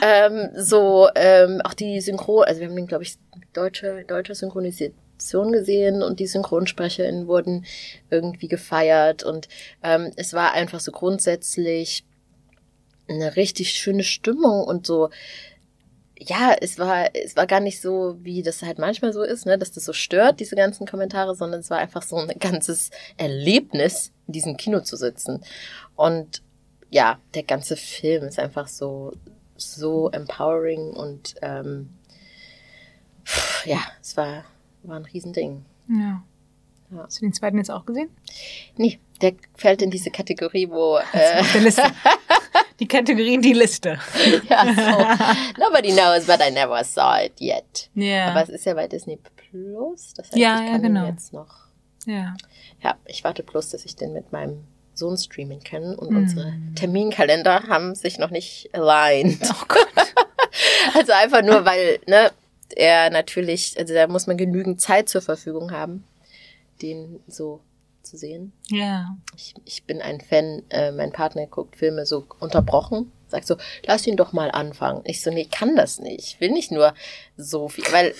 auch die Synchron, also wir haben den, glaube ich, deutsche Synchronisation gesehen und die SynchronsprecherInnen wurden irgendwie gefeiert und es war einfach so grundsätzlich eine richtig schöne Stimmung und so. Ja, es war gar nicht so, wie das halt manchmal so ist, ne, dass das so stört, diese ganzen Kommentare, sondern es war einfach so ein ganzes Erlebnis, in diesem Kino zu sitzen. Und ja, der ganze Film ist einfach so empowering und es war ein Riesending. Ja. Hast du den zweiten jetzt auch gesehen? Nee, der fällt in diese Kategorie, wo auf der Liste. Die Kategorie, die Liste. Ja, so. Nobody knows, but I never saw it yet. Ja. Aber es ist ja bei Disney Plus. Das heißt, ich kann genau. Jetzt noch. Ja. Ja, ich warte bloß, dass ich den mit meinem Sohn streamen kann. Und unsere Terminkalender haben sich noch nicht aligned. Oh Gott. Also einfach nur, weil, ne, er natürlich, also da muss man genügend Zeit zur Verfügung haben, den so zu sehen. Ja. Ich bin ein Fan, mein Partner guckt Filme so unterbrochen, sagt so, lass ihn doch mal anfangen. Ich so, nee, ich kann das nicht. Ich will nicht nur so viel, weil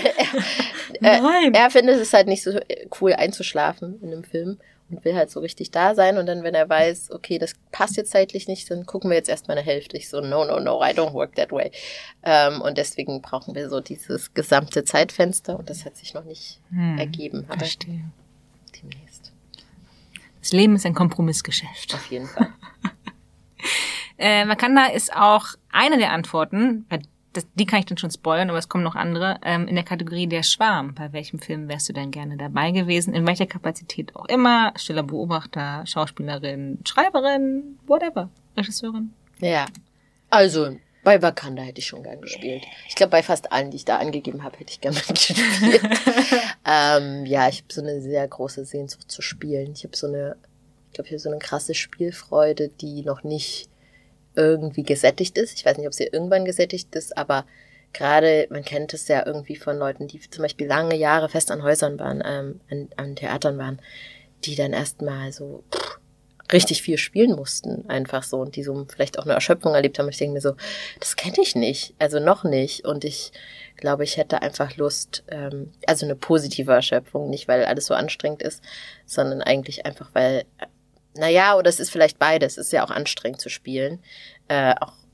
er findet es halt nicht so cool einzuschlafen in einem Film und will halt so richtig da sein und dann, wenn er weiß, okay, das passt jetzt zeitlich nicht, dann gucken wir jetzt erstmal eine Hälfte. Ich so, no, I don't work that way. Und deswegen brauchen wir so dieses gesamte Zeitfenster und das hat sich noch nicht ergeben. Aber Verstehe. Demnächst. Das Leben ist ein Kompromissgeschäft. Auf jeden Fall. Wakanda ist auch eine der Antworten, die kann ich dann schon spoilern, aber es kommen noch andere, in der Kategorie der Schwarm. Bei welchem Film wärst du denn gerne dabei gewesen? In welcher Kapazität auch immer? Stiller Beobachter, Schauspielerin, Schreiberin, whatever. Regisseurin? Ja, also bei Wakanda hätte ich schon gern gespielt. Ich glaube, bei fast allen, die ich da angegeben habe, hätte ich gern gespielt. Ich habe so eine sehr große Sehnsucht zu spielen. Ich habe so eine krasse Spielfreude, die noch nicht irgendwie gesättigt ist. Ich weiß nicht, ob sie irgendwann gesättigt ist, aber gerade, man kennt es ja irgendwie von Leuten, die zum Beispiel lange Jahre fest an Häusern waren, an Theatern waren, die dann erstmal so richtig viel spielen mussten, einfach so, und die so vielleicht auch eine Erschöpfung erlebt haben. Und ich denke mir so, das kenne ich nicht, also noch nicht. Und ich glaube, ich hätte einfach Lust, also eine positive Erschöpfung, nicht weil alles so anstrengend ist, sondern eigentlich einfach, weil, naja, oder es ist vielleicht beides, es ist ja auch anstrengend zu spielen, auch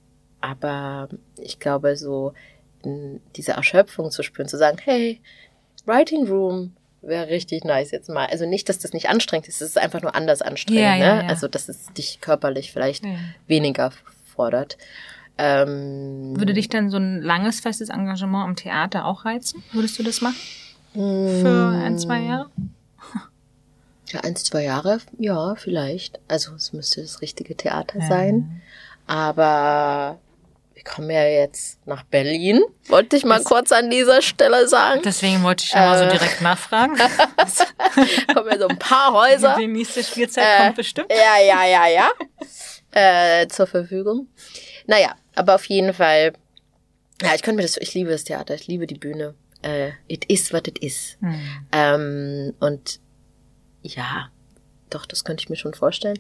Aber ich glaube, so diese Erschöpfung zu spüren, zu sagen, hey, Writing Room wäre richtig nice jetzt mal. Also nicht, dass das nicht anstrengend ist, es ist einfach nur anders anstrengend. Ne? Also dass es dich körperlich vielleicht weniger fordert. Würde dich dann so ein langes, festes Engagement am Theater auch reizen? Würdest du das machen? Für 1-2 Jahre? Ja, 1-2 Jahre, ja, vielleicht. Also es müsste das richtige Theater sein. Aber wir kommen ja jetzt nach Berlin, wollte ich mal kurz an dieser Stelle sagen. Deswegen wollte ich schon mal so direkt nachfragen. Kommen ja so ein paar Häuser. Die nächste Spielzeit kommt bestimmt. Ja. Zur Verfügung. Naja, aber auf jeden Fall, ja, ich liebe das Theater, ich liebe die Bühne. It is what it is. Und ja, doch, das könnte ich mir schon vorstellen.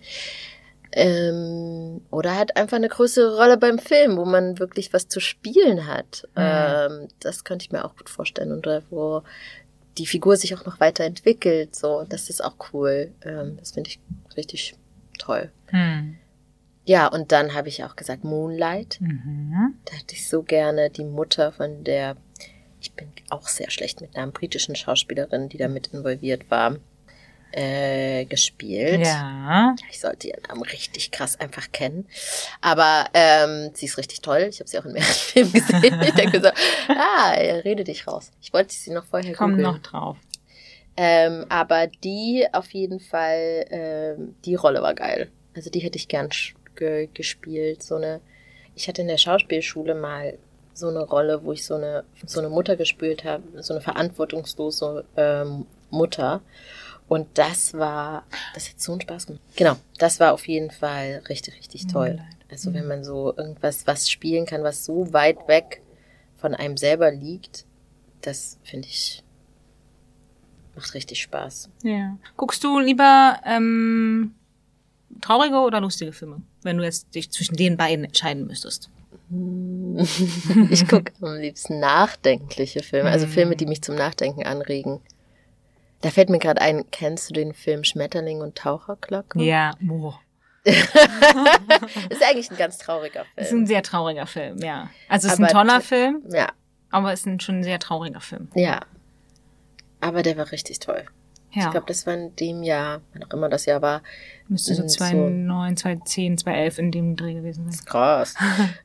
Oder halt einfach eine größere Rolle beim Film, wo man wirklich was zu spielen hat. Das könnte ich mir auch gut vorstellen. Und wo die Figur sich auch noch weiterentwickelt. So, das ist auch cool. Das finde ich richtig toll. Ja, und dann habe ich auch gesagt Moonlight. Da hätte ich so gerne die Mutter von der, ich bin auch sehr schlecht mit einer britischen Schauspielerin, die da mit involviert war, gespielt. Ja. Ich sollte ihren Namen richtig krass einfach kennen. Aber sie ist richtig toll. Ich habe sie auch in mehreren Filmen gesehen. Ich denke so, rede dich raus. Ich wollte sie noch vorher Komm googeln. noch drauf. Aber die auf jeden Fall, die Rolle war geil. Also die hätte ich gern gespielt. Ich hatte in der Schauspielschule mal so eine Rolle, wo ich so eine Mutter gespielt habe, so eine verantwortungslose Mutter. Und das hat so einen Spaß gemacht. Genau, das war auf jeden Fall richtig, richtig toll. Also wenn man so was spielen kann, was so weit weg von einem selber liegt, das finde ich, macht richtig Spaß. Ja. Guckst du lieber traurige oder lustige Filme, wenn du jetzt dich zwischen den beiden entscheiden müsstest? Ich gucke am liebsten nachdenkliche Filme, also Filme, die mich zum Nachdenken anregen. Da fällt mir gerade ein, kennst du den Film Schmetterling und Taucherglocke? Ja, boah. Ist eigentlich ein ganz trauriger Film. Ist ein sehr trauriger Film, ja. Also es ist ein toller Film, ja, aber es ist schon ein sehr trauriger Film. Ja, aber der war richtig toll. Ja. Ich glaube, das war in dem Jahr, wann auch immer das Jahr war. Müsste so 2009, 2010, 2011 in dem Dreh gewesen sein. Krass.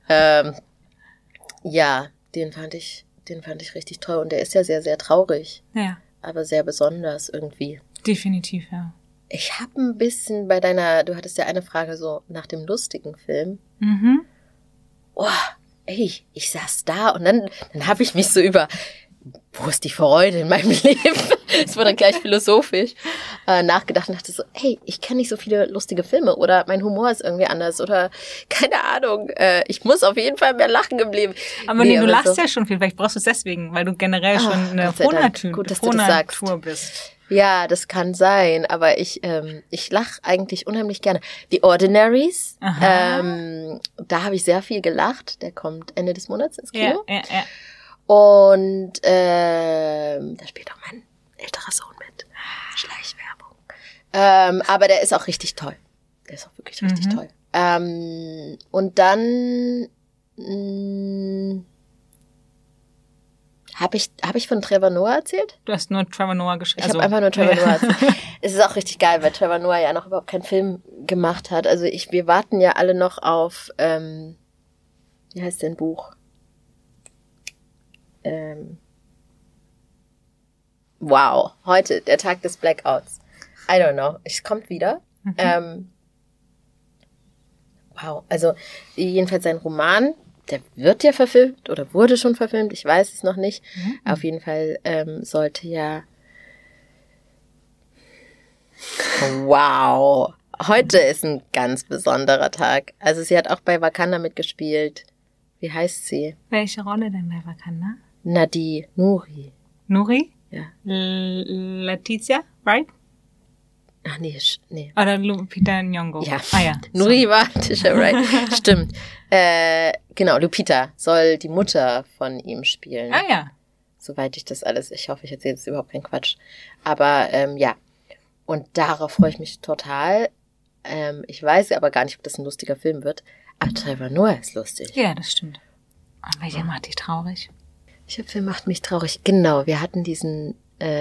Ja, den fand ich richtig toll. Und der ist ja sehr, sehr traurig. Ja. Aber sehr besonders irgendwie. Definitiv, ja. Ich habe ein bisschen du hattest ja eine Frage so nach dem lustigen Film. Ich saß da und dann habe ich mich so wo ist die Freude in meinem Leben? Es wurde dann gleich philosophisch nachgedacht und dachte so, ich kenne nicht so viele lustige Filme oder mein Humor ist irgendwie anders oder keine Ahnung, ich muss auf jeden Fall mehr lachen geblieben. Aber du lachst ja schon viel, vielleicht brauchst du es deswegen, weil du generell schon eine Frohnatur bist. Ja, das kann sein, aber ich lache eigentlich unheimlich gerne. The Ordinaries, da habe ich sehr viel gelacht, der kommt Ende des Monats ins Kino. Ja. Und da spielt auch mein älterer Sohn mit. Schleichwerbung. Aber der ist auch richtig toll. Der ist auch wirklich richtig toll. Und dann habe ich von Trevor Noah erzählt? Du hast nur Trevor Noah geschrieben. Ich habe einfach nur Trevor Noah erzählt. Es ist auch richtig geil, weil Trevor Noah ja noch überhaupt keinen Film gemacht hat. Also wir warten ja alle noch auf, wie heißt denn Buch? Wow, heute, der Tag des Blackouts. I don't know, es kommt wieder. Wow, also jedenfalls sein Roman, der wird ja verfilmt oder wurde schon verfilmt, ich weiß es noch nicht. Auf jeden Fall sollte ja... Wow, heute ist ein ganz besonderer Tag. Also sie hat auch bei Wakanda mitgespielt. Wie heißt sie? Welche Rolle denn bei Wakanda? Nuri. Nuri? Ja. Letizia, right? Ach nee. Oder Lupita Nyong'o. Ja. Ja. Nuri war Tisha, right. Stimmt. Genau, Lupita soll die Mutter von ihm spielen. Ja. Soweit ich hoffe, ich erzähle jetzt überhaupt keinen Quatsch. Aber ja. Und darauf freue ich mich total. Ich weiß aber gar nicht, ob das ein lustiger Film wird. Trevor Noah ist lustig. Ja, das stimmt. Und welcher macht dich traurig? Welcher Film macht mich traurig? Genau, wir hatten diesen,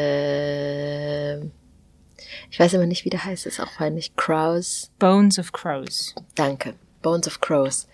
ich weiß immer nicht, wie der heißt, ist auch peinlich. Crows. Bones of Crows. Danke. Bones of Crows.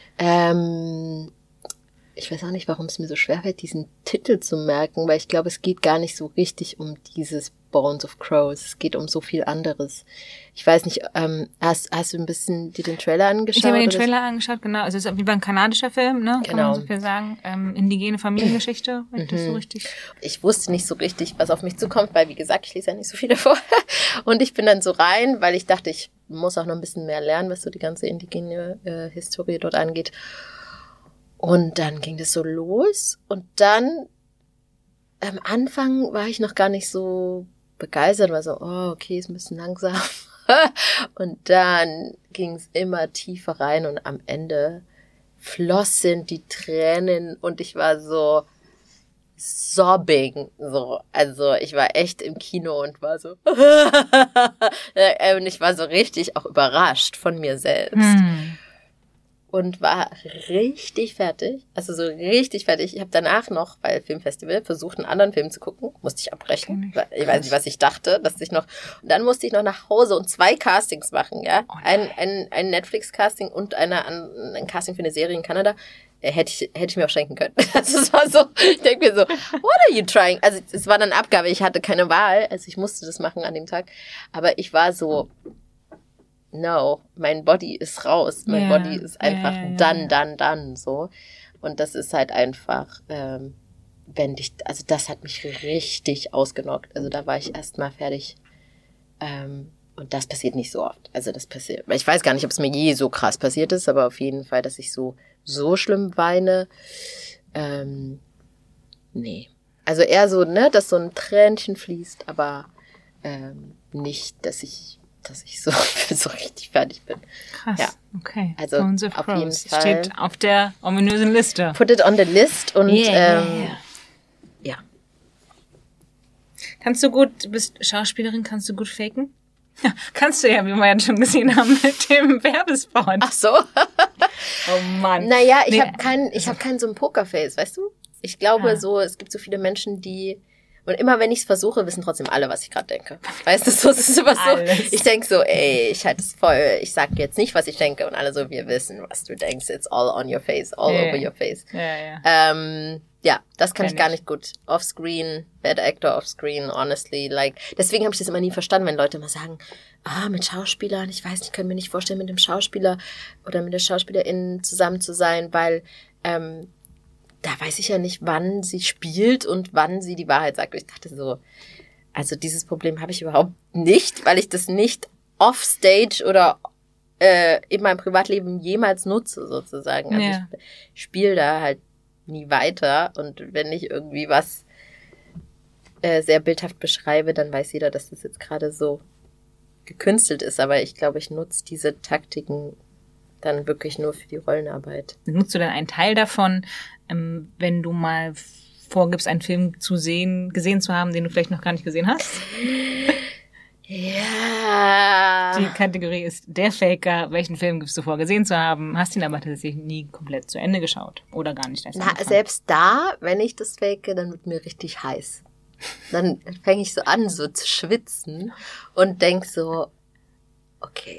Ich weiß auch nicht, warum es mir so schwer fällt, diesen Titel zu merken, weil ich glaube, es geht gar nicht so richtig um dieses Bones of Crows. Es geht um so viel anderes. Ich weiß nicht, hast du ein bisschen dir den Trailer angeschaut? Ich habe mir den Trailer angeschaut, genau. Also es ist wie ein kanadischer Film, ne? Kann Genau. man so viel sagen. Indigene Familiengeschichte, wenn ich das so richtig... Ich wusste nicht so richtig, was auf mich zukommt, weil, wie gesagt, ich lese ja nicht so viele vor. Und ich bin dann so rein, weil ich dachte, ich muss auch noch ein bisschen mehr lernen, was so die ganze indigene Historie dort angeht. Und dann ging das so los. Und dann, am Anfang war ich noch gar nicht so begeistert, war so, oh, okay, ist ein bisschen langsam. Und dann ging es immer tiefer rein und am Ende flossen die Tränen und ich war so sobbing, so. Also ich war echt im Kino und war so und ich war so richtig auch überrascht von mir selbst. Und war richtig fertig, also so richtig fertig. Ich habe danach noch, bei Filmfestival, versucht, einen anderen Film zu gucken. Musste ich abbrechen. Ich weiß nicht, was ich dachte, dass ich noch... Und dann musste ich noch nach Hause und 2 Castings machen, ja. Ein Netflix-Casting und ein Casting für eine Serie in Kanada. Hätte ich mir auch schenken können. Also es war so, ich denke mir so, what are you trying? Also es war dann Abgabe, ich hatte keine Wahl, also ich musste das machen an dem Tag. Aber ich war so... No, mein Body ist raus. Mein Body ist einfach dann, so. Und das ist halt einfach, also das hat mich richtig ausgenockt. Also da war ich erstmal fertig. Und das passiert nicht so oft. Also das passiert, ich weiß gar nicht, ob es mir je so krass passiert ist, aber auf jeden Fall, dass ich so schlimm weine. Nee. Also eher so, ne, dass so ein Tränchen fließt, aber nicht, dass ich so richtig fertig bin. Krass, ja. Okay. Also Bones of auf Crows jeden Fall. steht auf der ominösen Liste. Put it on the list und ja. Kannst du gut, du bist Schauspielerin, kannst du gut faken? Ja, kannst du ja, wie wir ja schon gesehen haben mit dem Werbespot. Ach so. Oh Mann. Naja, ich habe kein so ein Pokerface, weißt du? Ich glaube so, es gibt so viele Menschen, die... Und immer wenn ich es versuche, wissen trotzdem alle, was ich gerade denke. Weißt du, so, es ist immer so. Ich denke so, ey, ich halte es voll. Ich sag jetzt nicht, was ich denke. Und alle so, wir wissen, was du denkst. It's all on your face, all over your face. Ja, das kann ich gar nicht gut. Offscreen, bad actor offscreen, honestly. Like, deswegen habe ich das immer nie verstanden, wenn Leute immer sagen, mit Schauspielern, ich weiß nicht, können mir nicht vorstellen, mit dem Schauspieler oder mit der Schauspielerin zusammen zu sein, weil da weiß ich ja nicht, wann sie spielt und wann sie die Wahrheit sagt. Und ich dachte so, also dieses Problem habe ich überhaupt nicht, weil ich das nicht offstage oder in meinem Privatleben jemals nutze, sozusagen. Also ich spiele da halt nie weiter und wenn ich irgendwie was sehr bildhaft beschreibe, dann weiß jeder, dass das jetzt gerade so gekünstelt ist. Aber ich glaube, ich nutze diese Taktiken dann wirklich nur für die Rollenarbeit. Nutzt du dann einen Teil davon, wenn du mal vorgibst, einen Film gesehen zu haben, den du vielleicht noch gar nicht gesehen hast? Ja. Die Kategorie ist der Faker. Welchen Film gibst du vor, gesehen zu haben? Hast ihn aber tatsächlich nie komplett zu Ende geschaut oder gar nicht erst angefangen? Selbst da, wenn ich das fake, dann wird mir richtig heiß. Dann fange ich so an, so zu schwitzen und denk so, okay,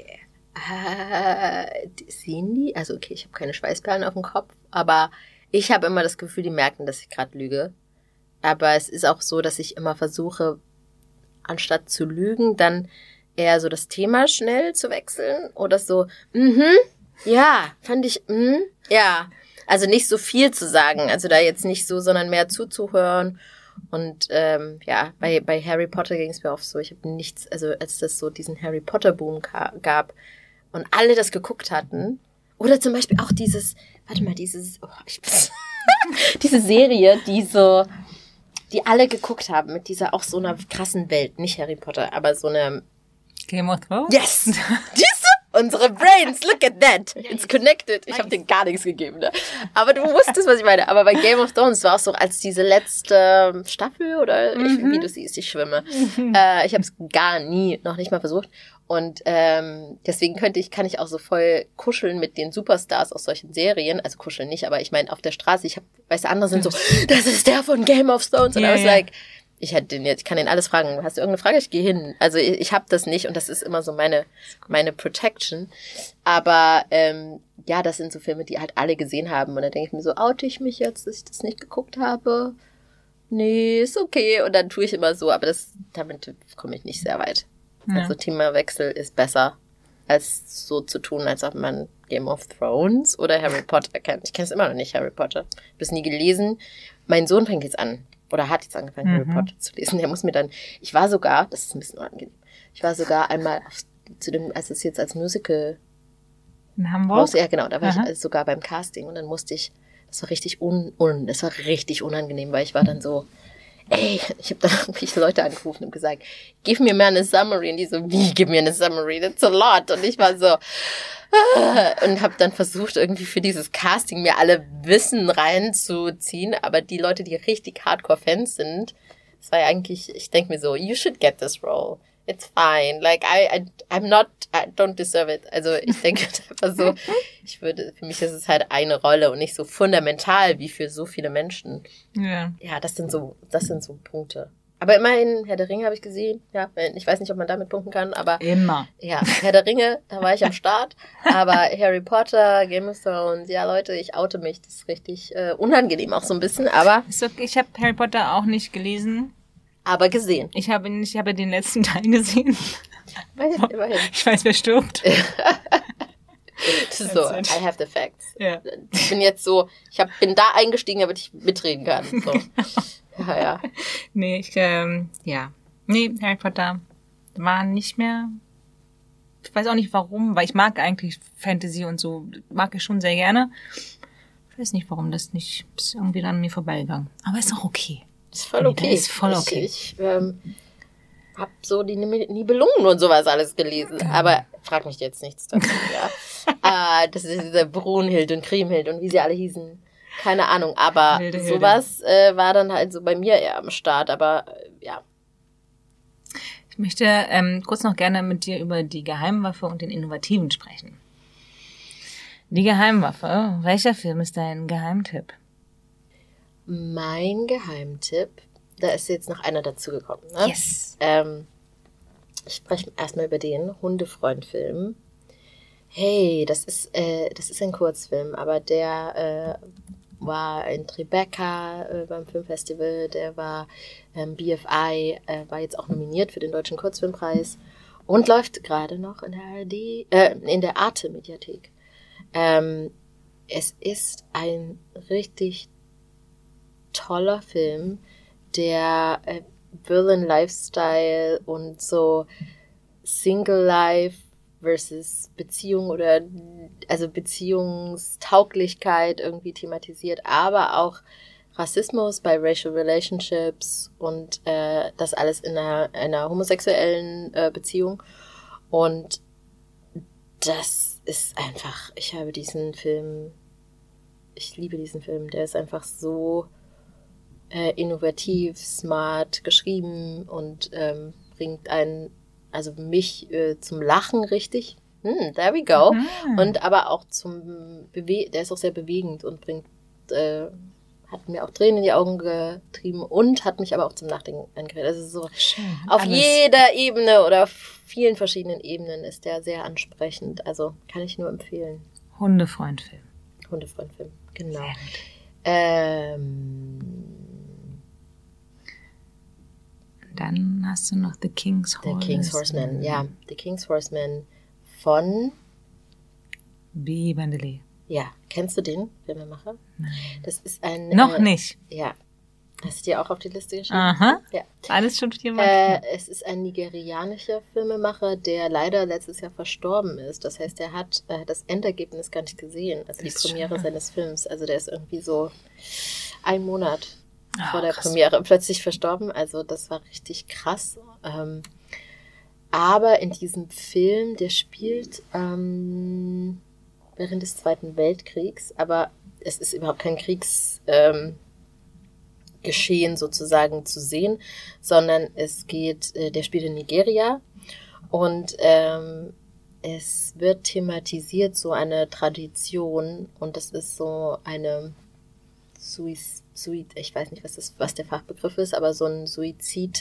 sehen die? Also okay, ich habe keine Schweißperlen auf dem Kopf, aber ich habe immer das Gefühl, die merken, dass ich gerade lüge. Aber es ist auch so, dass ich immer versuche, anstatt zu lügen, dann eher so das Thema schnell zu wechseln oder so, ja, fand ich, ja. Also nicht so viel zu sagen, also da jetzt nicht so, sondern mehr zuzuhören. Und bei Harry Potter ging es mir oft so, ich habe nichts, also als das so diesen Harry Potter Boom gab und alle das geguckt hatten, oder zum Beispiel auch diese Serie, die alle geguckt haben, mit dieser auch so einer krassen Welt, nicht Harry Potter, aber so eine Game of Thrones? Yes! Siehst du? Unsere Brains, look at that. It's connected. Ich habe denen gar nichts gegeben, ne? Aber du wusstest, was ich meine. Aber bei Game of Thrones war es so, als diese letzte Staffel oder wie du siehst, ich schwimme. Ich habe es noch nicht mal versucht. Und deswegen kann ich auch so voll kuscheln mit den Superstars aus solchen Serien. Also kuscheln nicht, aber ich meine auf der Straße, weißt du, andere sind so, das ist der von Game of Thrones. Und I was like, ich kann den alles fragen. Hast du irgendeine Frage? Ich gehe hin. Also ich habe das nicht und das ist immer so meine Protection. Aber ja, das sind so Filme, die halt alle gesehen haben. Und dann denke ich mir so, oute ich mich jetzt, dass ich das nicht geguckt habe? Nee, ist okay. Und dann tue ich immer so, aber damit komme ich nicht sehr weit. Ja. Also Themawechsel ist besser, als so zu tun, als ob man Game of Thrones oder Harry Potter kennt. Ich kenne es immer noch nicht, Harry Potter. Ich habe es nie gelesen. Mein Sohn fängt jetzt an. Oder hat jetzt angefangen, Harry Potter zu lesen. Der muss mir dann, das ist ein bisschen unangenehm. Ich war sogar einmal als es jetzt als Musical in Hamburg? Ja, genau, da war ich also sogar beim Casting und dann musste ich, das war richtig unangenehm, weil ich war dann so, ich habe dann irgendwelche Leute angerufen und gesagt, gib mir mal eine Summary. Und die so, wie, gib mir eine Summary? That's a lot. Und ich war so, und habe dann versucht, irgendwie für dieses Casting mir alle Wissen reinzuziehen. Aber die Leute, die richtig Hardcore-Fans sind, das war ja eigentlich, ich denke mir so, you should get this role. It's fine. Like, I don't deserve it. Also ich denke einfach so, für mich ist es halt eine Rolle und nicht so fundamental wie für so viele Menschen. Ja. Ja, das sind so Punkte. Aber immerhin, Herr der Ringe habe ich gesehen. Ja, ich weiß nicht, ob man damit punkten kann, aber. Immer. Ja, Herr der Ringe, da war ich am Start. Aber Harry Potter, Game of Thrones, ja Leute, ich oute mich. Das ist richtig unangenehm auch so ein bisschen, aber. Ist okay. Ich habe Harry Potter auch nicht gelesen. Aber gesehen. Ich habe den letzten Teil gesehen. Immerhin. Ich weiß, wer stirbt. Das ist so, I have the facts. Ja. Ich bin jetzt so, bin da eingestiegen, damit ich mitreden kann. So. Ja. Nee, Harry Potter war nicht mehr. Ich weiß auch nicht warum, weil ich mag eigentlich Fantasy und so, mag ich schon sehr gerne. Ich weiß nicht, warum das nicht, ist irgendwie dann an mir vorbeigegangen. Aber ist auch okay. Ist voll okay. Ist voll okay. Ich hab so die Nibelungen und sowas alles gelesen. Aber frag mich jetzt nichts dazu, ja. Das ist dieser Brunhild und Kriemhild und wie sie alle hießen. Keine Ahnung, aber sowas war dann halt so bei mir eher am Start, aber ja. Ich möchte kurz noch gerne mit dir über die Geheimwaffe und den Innovativen sprechen. Die Geheimwaffe, welcher Film ist dein Geheimtipp? Mein Geheimtipp, da ist jetzt noch einer dazugekommen, ne? Yes. Ich spreche erstmal über den Hundefreund-Film. Hey, das ist ein Kurzfilm, aber der war in Tribeca beim Filmfestival, der war BFI, war jetzt auch nominiert für den Deutschen Kurzfilmpreis und läuft gerade noch in der in der Arte-Mediathek. Es ist ein richtig toller Film, der Berlin Lifestyle und so Single Life versus Beziehung oder also Beziehungstauglichkeit irgendwie thematisiert, aber auch Rassismus bei Racial Relationships und das alles in einer homosexuellen Beziehung. Und das ist einfach, ich liebe diesen Film, der ist einfach so innovativ, smart geschrieben und bringt mich zum Lachen richtig. There we go. Und aber auch der ist auch sehr bewegend und hat mir auch Tränen in die Augen getrieben und hat mich aber auch zum Nachdenken angeregt. Also so schön, auf jeder Ebene oder auf vielen verschiedenen Ebenen ist der sehr ansprechend. Also kann ich nur empfehlen. Hundefreund-Film, genau. Dann hast du noch The King's Horseman. Ja. The King's Horseman von B. Bandelé. Ja, kennst du den Filmemacher? Nein. Das ist ein... Noch nicht? Ja. Hast du dir auch auf die Liste geschrieben? Aha. Ja. Alles schon dir mal. Es ist ein nigerianischer Filmemacher, der leider letztes Jahr verstorben ist. Das heißt, er hat das Endergebnis gar nicht gesehen, also die Premiere seines Films. Also der ist irgendwie so 1 Monat vor der Premiere plötzlich verstorben. Also das war richtig krass. Aber in diesem Film, der spielt während des Zweiten Weltkriegs, aber es ist überhaupt kein Kriegsgeschehen sozusagen zu sehen, sondern der spielt in Nigeria Und es wird thematisiert, so eine Tradition, und das ist so eine ich weiß nicht, was der Fachbegriff ist, aber so ein Suizidkult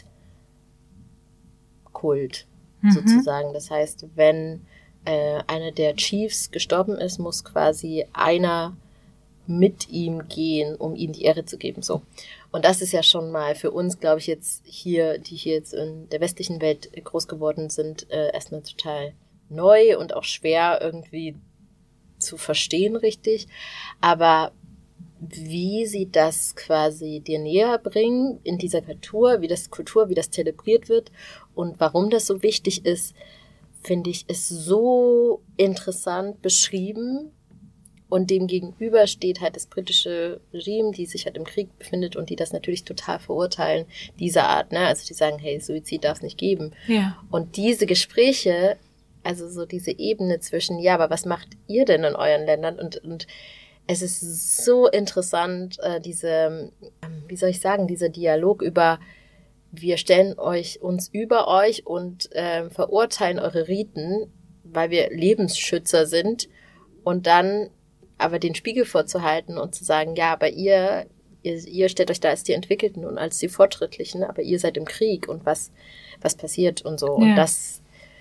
sozusagen. Das heißt, wenn einer der Chiefs gestorben ist, muss quasi einer mit ihm gehen, um ihm die Ehre zu geben. So. Und das ist ja schon mal für uns, glaube ich, jetzt hier, die hier jetzt in der westlichen Welt groß geworden sind, erstmal total neu und auch schwer irgendwie zu verstehen, richtig. Aber wie sie das quasi dir näher bringen in dieser Kultur, wie das zelebriert wird und warum das so wichtig ist, finde ich, ist so interessant beschrieben. Und dem gegenüber steht halt das britische Regime, die sich halt im Krieg befindet und die das natürlich total verurteilen, dieser Art, ne? Also die sagen, hey, Suizid darf es nicht geben. Ja. Und diese Gespräche, also so diese Ebene zwischen, ja, aber was macht ihr denn in euren Ländern? Und es ist so interessant, dieser Dialog über, wir stellen uns über euch und verurteilen eure Riten, weil wir Lebensschützer sind, und dann aber den Spiegel vorzuhalten und zu sagen, ja, aber ihr stellt euch da als die Entwickelten und als die Fortschrittlichen, aber ihr seid im Krieg und was passiert und so. Ja. Und das,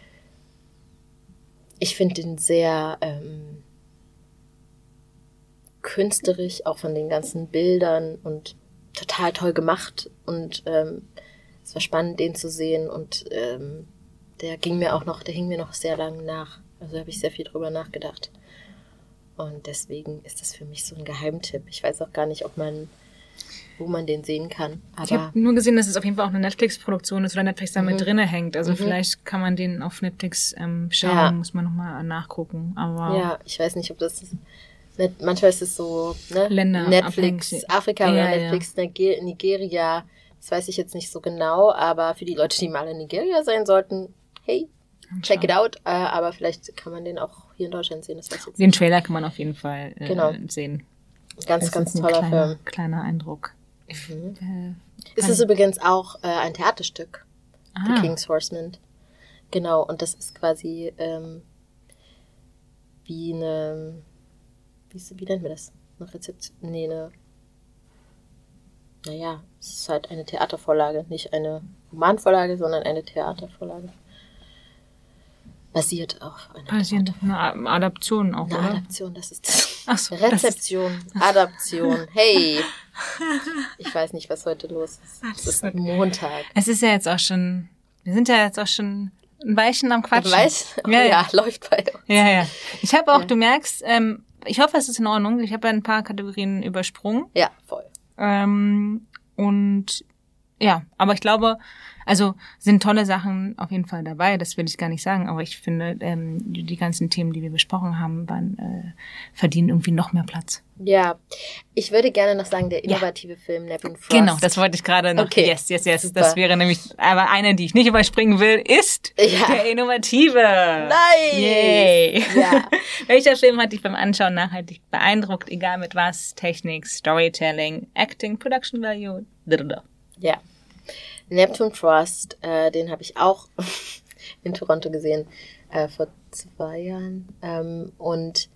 ich finde den sehr künstlerisch, auch von den ganzen Bildern, und total toll gemacht, und es war spannend, den zu sehen, und der hing mir noch sehr lange nach. Also habe ich sehr viel drüber nachgedacht. Und deswegen ist das für mich so ein Geheimtipp. Ich weiß auch gar nicht, wo man den sehen kann. Aber ich habe nur gesehen, dass es auf jeden Fall auch eine Netflix-Produktion ist oder Netflix da mit drinne hängt. Also vielleicht kann man den auf Netflix schauen, ja. Muss man nochmal nachgucken. Aber ja, ich weiß nicht, ob das manchmal ist es so, ne? Länder Netflix Afrika oder Netflix Nigeria. Das weiß ich jetzt nicht so genau, aber für die Leute, die mal in Nigeria sein sollten, hey, check it out. Aber vielleicht kann man den auch hier in Deutschland sehen. Das weiß ich jetzt den Trailer kann man auf jeden Fall sehen. Ganz, ganz toller Film. Kleiner Eindruck. Es ist übrigens auch ein Theaterstück, The King's Horseman. Genau, und das ist quasi wie nennt man das? Eine Rezeption? Es ist halt eine Theatervorlage, nicht eine Romanvorlage, sondern eine Theatervorlage. Basiert auf einer Adaption auch, oder? Adaption, das ist das. Ach so, Rezeption, Adaption, hey. Ich weiß nicht, was heute los ist. Es ist Montag. Es ist ja jetzt auch schon, wir sind ja jetzt auch schon ein Weilchen am Quatschen. Ja, läuft bei uns. Ja. Ich habe auch, du merkst, ich hoffe, es ist in Ordnung. Ich habe ein paar Kategorien übersprungen. Ja, voll. Und ja, aber ich glaube, also sind tolle Sachen auf jeden Fall dabei, das will ich gar nicht sagen, aber ich finde, die ganzen Themen, die wir besprochen haben, verdienen irgendwie noch mehr Platz. Ja, ich würde gerne noch sagen, der innovative Film Neptune Frost. Genau, das wollte ich gerade noch. Okay. Yes. Super. Das wäre nämlich, aber eine, die ich nicht überspringen will, ist der innovative. Nice! Yay! Ja. Welcher Film hat dich beim Anschauen nachhaltig beeindruckt, egal mit was? Technik, Storytelling, Acting, Production Value, Ja. Neptune Frost, den habe ich auch in Toronto gesehen, vor 2 Jahren. Und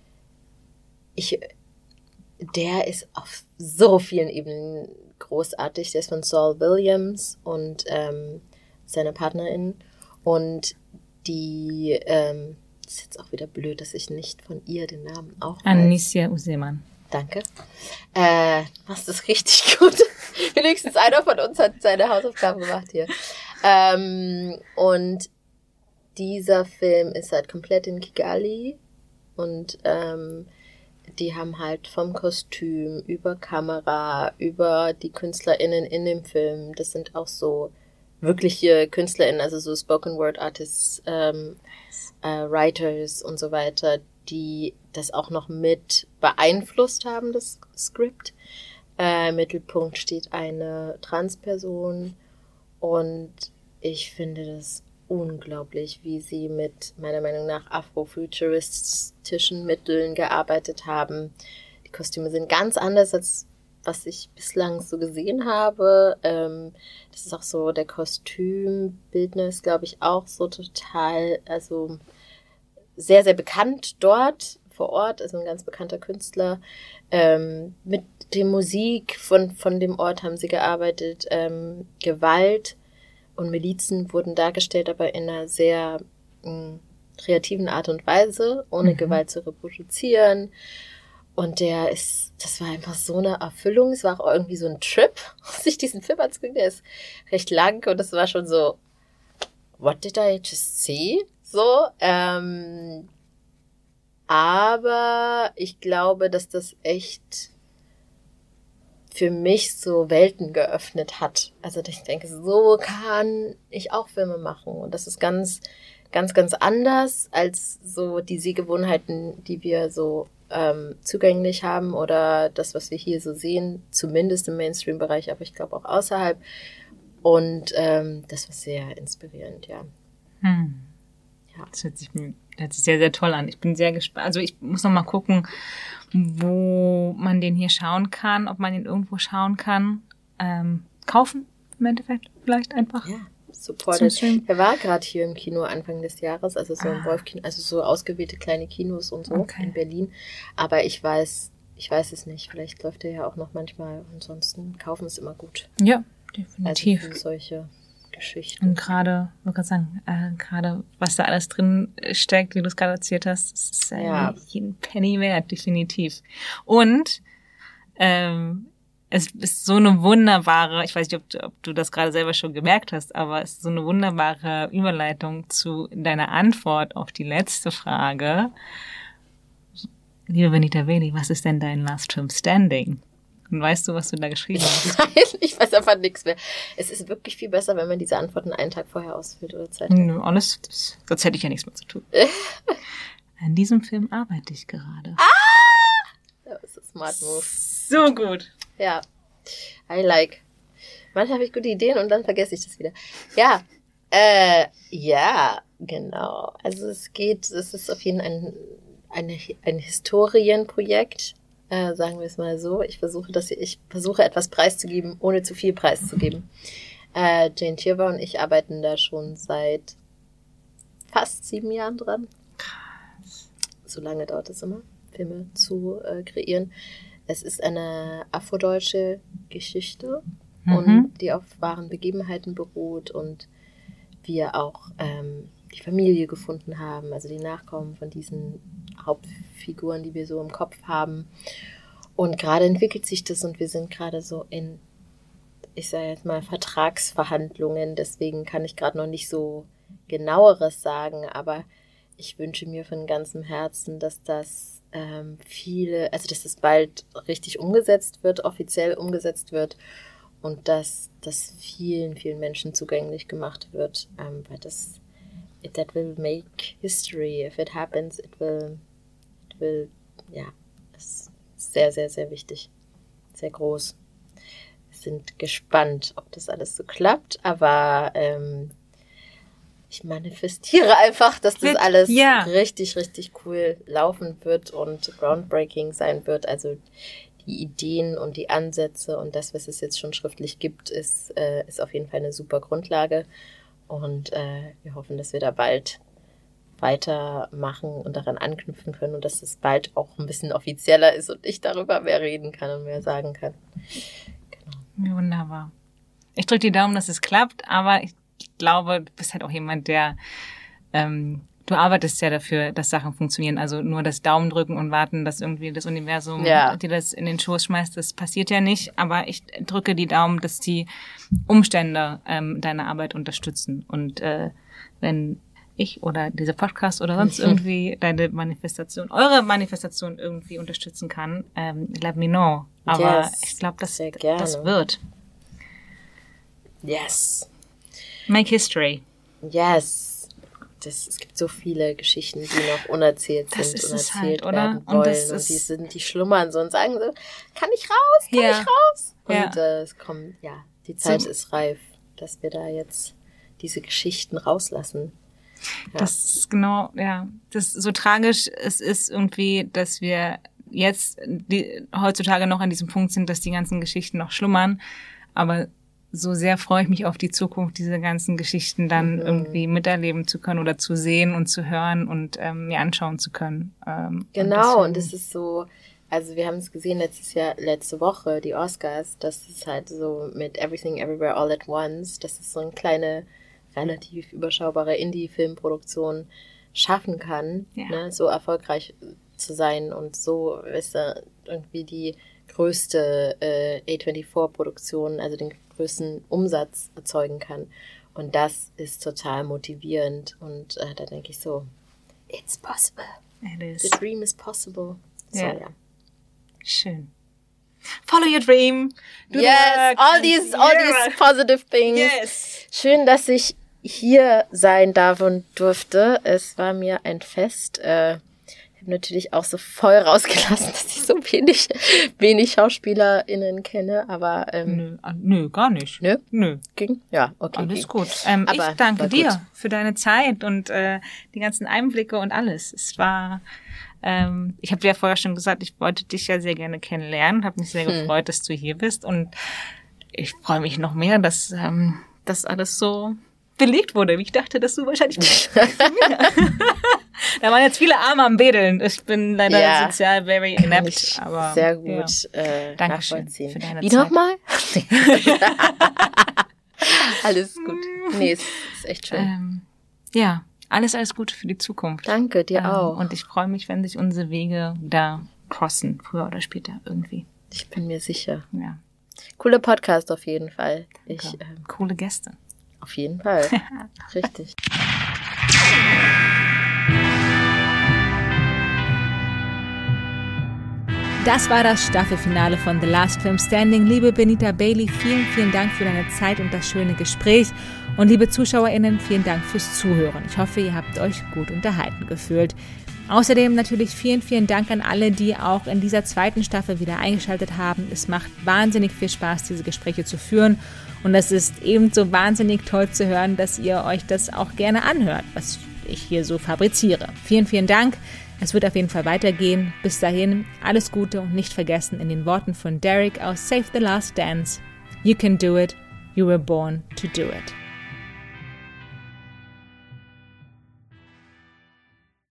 der ist auf so vielen Ebenen großartig. Der ist von Saul Williams und seiner Partnerin. Und die, ist jetzt auch wieder blöd, dass ich nicht von ihr den Namen auch weiß. Anicia Useman. Danke. Machst das richtig gut. Wenigstens einer von uns hat seine Hausaufgaben gemacht hier. Und dieser Film ist halt komplett in Kigali. Und die haben halt vom Kostüm über Kamera, über die KünstlerInnen in dem Film, das sind auch so wirkliche KünstlerInnen, also so Spoken Word Artists, Writers und so weiter, die das auch noch mit beeinflusst haben, das Skript. Im Mittelpunkt steht eine Transperson und ich finde das unglaublich, wie sie mit, meiner Meinung nach, afrofuturistischen Mitteln gearbeitet haben. Die Kostüme sind ganz anders als was ich bislang so gesehen habe. Das ist auch so, der Kostümbildner ist, glaube ich, auch so total, also sehr, sehr bekannt dort vor Ort, also ein ganz bekannter Künstler. Mit der Musik von dem Ort haben sie gearbeitet. Gewalt und Milizen wurden dargestellt, aber in einer sehr kreativen Art und Weise, ohne Gewalt zu reproduzieren. Und das war einfach so eine Erfüllung. Es war auch irgendwie so ein Trip, sich diesen Film anzugucken. Der ist recht lang und es war schon so, what did I just see? So, aber ich glaube, dass das echt für mich so Welten geöffnet hat. Also ich denke, so kann ich auch Filme machen. Und das ist ganz, ganz, ganz anders als so die Sehgewohnheiten, die wir so zugänglich haben oder das, was wir hier so sehen, zumindest im Mainstream-Bereich, aber ich glaube auch außerhalb. Und das war sehr inspirierend, ja. Ja. Das hört sich sehr, sehr toll an. Ich bin sehr gespannt. Also ich muss noch mal gucken, wo man den hier schauen kann, ob man den irgendwo schauen kann. Kaufen im Endeffekt vielleicht einfach. Ja, supported. Er war gerade hier im Kino Anfang des Jahres, also so im Wolf-Kino, also so ausgewählte kleine Kinos und so in Berlin. Aber ich weiß es nicht. Vielleicht läuft er ja auch noch manchmal. Ansonsten kaufen ist immer gut. Ja, definitiv. Also für solche Geschichten. Und gerade was da alles drin steckt, wie du es gerade erzählt hast, das ist jeden Penny wert, definitiv. Und es ist so eine wunderbare, ich weiß nicht, ob du das gerade selber schon gemerkt hast, aber es ist so eine wunderbare Überleitung zu deiner Antwort auf die letzte Frage. Liebe Benita Veli, was ist denn dein Last Film Standing? Und weißt du, was du da geschrieben hast? Nein, ich weiß einfach nichts mehr. Es ist wirklich viel besser, wenn man diese Antworten einen Tag vorher ausfüllt oder Zeit. Alles, sonst hätte ich ja nichts mehr zu tun. An diesem Film arbeite ich gerade. Das ist ein Smart Move. So gut. Ja, I like. Manchmal habe ich gute Ideen und dann vergesse ich das wieder. Ja, ja, genau. Also es ist auf jeden Fall ein Historienprojekt. Sagen wir es mal so. Ich versuche etwas preiszugeben, ohne zu viel preiszugeben. Jane Tierber und ich arbeiten da schon seit fast 7 Jahren dran. Krass. So lange dauert es immer, Filme zu kreieren. Es ist eine afrodeutsche Geschichte, und die auf wahren Begebenheiten beruht und wir auch die Familie gefunden haben, also die Nachkommen von diesen Hauptfiguren, die wir so im Kopf haben. Und gerade entwickelt sich das und wir sind gerade so in, ich sage jetzt mal, Vertragsverhandlungen. Deswegen kann ich gerade noch nicht so genaueres sagen, aber ich wünsche mir von ganzem Herzen, dass das dass das bald richtig umgesetzt wird, offiziell umgesetzt wird und dass das vielen, vielen Menschen zugänglich gemacht wird, weil that will make history. If it happens, it will, ist sehr, sehr, sehr wichtig. Sehr groß. Wir sind gespannt, ob das alles so klappt, aber ich manifestiere einfach, dass das alles richtig, richtig cool laufen wird und groundbreaking sein wird. Also die Ideen und die Ansätze und das, was es jetzt schon schriftlich gibt, ist auf jeden Fall eine super Grundlage. Und wir hoffen, dass wir da bald weitermachen und daran anknüpfen können und dass es bald auch ein bisschen offizieller ist und ich darüber mehr reden kann und mehr sagen kann. Genau. Wunderbar. Ich drücke die Daumen, dass es klappt, aber ich glaube, du bist halt auch jemand, der du arbeitest ja dafür, dass Sachen funktionieren. Also nur das Daumen drücken und warten, dass irgendwie das Universum dir das in den Schoß schmeißt, das passiert ja nicht. Aber ich drücke die Daumen, dass die Umstände deine Arbeit unterstützen. Und wenn ich oder dieser Podcast oder sonst irgendwie eure Manifestation irgendwie unterstützen kann, let me know. Aber ich glaube, das wird. Yes. Make history. Yes. Es gibt so viele Geschichten, die noch unerzählt sind und erzählt werden wollen. Und die schlummern so und sagen so, kann ich raus? Kann ich raus? Und es kommt, die Zeit ist reif, dass wir da jetzt diese Geschichten rauslassen. Ja. Das ist genau, das ist so tragisch es ist irgendwie, dass wir jetzt heutzutage noch an diesem Punkt sind, dass die ganzen Geschichten noch schlummern. Aber so sehr freue ich mich auf die Zukunft, diese ganzen Geschichten dann irgendwie miterleben zu können oder zu sehen und zu hören und mir anschauen zu können. Genau, und es ist so, also wir haben es gesehen letzte Woche, die Oscars, dass es halt so mit Everything Everywhere All at Once, dass es so eine kleine, relativ überschaubare Indie-Filmproduktion schaffen kann, ne, so erfolgreich zu sein und so, weißt du, irgendwie die größte A24-Produktion, also den größten Umsatz erzeugen kann. Und das ist total motivierend. Und da denke ich so, it's possible. It is. The dream is possible. So, ja. Schön. Follow your dream. Do all these positive things. Yes. Schön, dass ich hier sein darf und durfte. Es war mir ein Fest. Ich habe natürlich auch so voll rausgelassen, dass ich so wenig SchauspielerInnen kenne, aber Nö, gar nicht. Nö. Ging? Ja, okay. Alles gut. Ich danke dir für deine Zeit und die ganzen Einblicke und alles. Es war, ich habe dir ja vorher schon gesagt, ich wollte dich ja sehr gerne kennenlernen, habe mich sehr gefreut, dass du hier bist und ich freue mich noch mehr, dass das alles so belegt wurde, wie ich dachte, dass du wahrscheinlich nicht. Da waren jetzt viele Arme am Wedeln. Ich bin leider sozial very inept, aber sehr gut Dankeschön für deine Wie Zeit. nochmal? Alles gut. Nee, es ist echt schön. Ja, alles Gute für die Zukunft. Danke, dir auch. Und ich freue mich, wenn sich unsere Wege da crossen, früher oder später irgendwie. Ich bin mir sicher. Ja. Cooler Podcast auf jeden Fall. Coole Gäste. Auf jeden Fall. Richtig. Das war das Staffelfinale von The Last Film Standing. Liebe Benita Bailey, vielen Dank für deine Zeit und das schöne Gespräch. Und liebe ZuschauerInnen, vielen Dank fürs Zuhören. Ich hoffe, ihr habt euch gut unterhalten gefühlt. Außerdem natürlich vielen Dank an alle, die auch in dieser zweiten Staffel wieder eingeschaltet haben. Es macht wahnsinnig viel Spaß, diese Gespräche zu führen. Und es ist ebenso wahnsinnig toll zu hören, dass ihr euch das auch gerne anhört, was ich hier so fabriziere. Vielen Dank. Es wird auf jeden Fall weitergehen. Bis dahin, alles Gute und nicht vergessen in den Worten von Derek aus Save the Last Dance. You can do it. You were born to do it.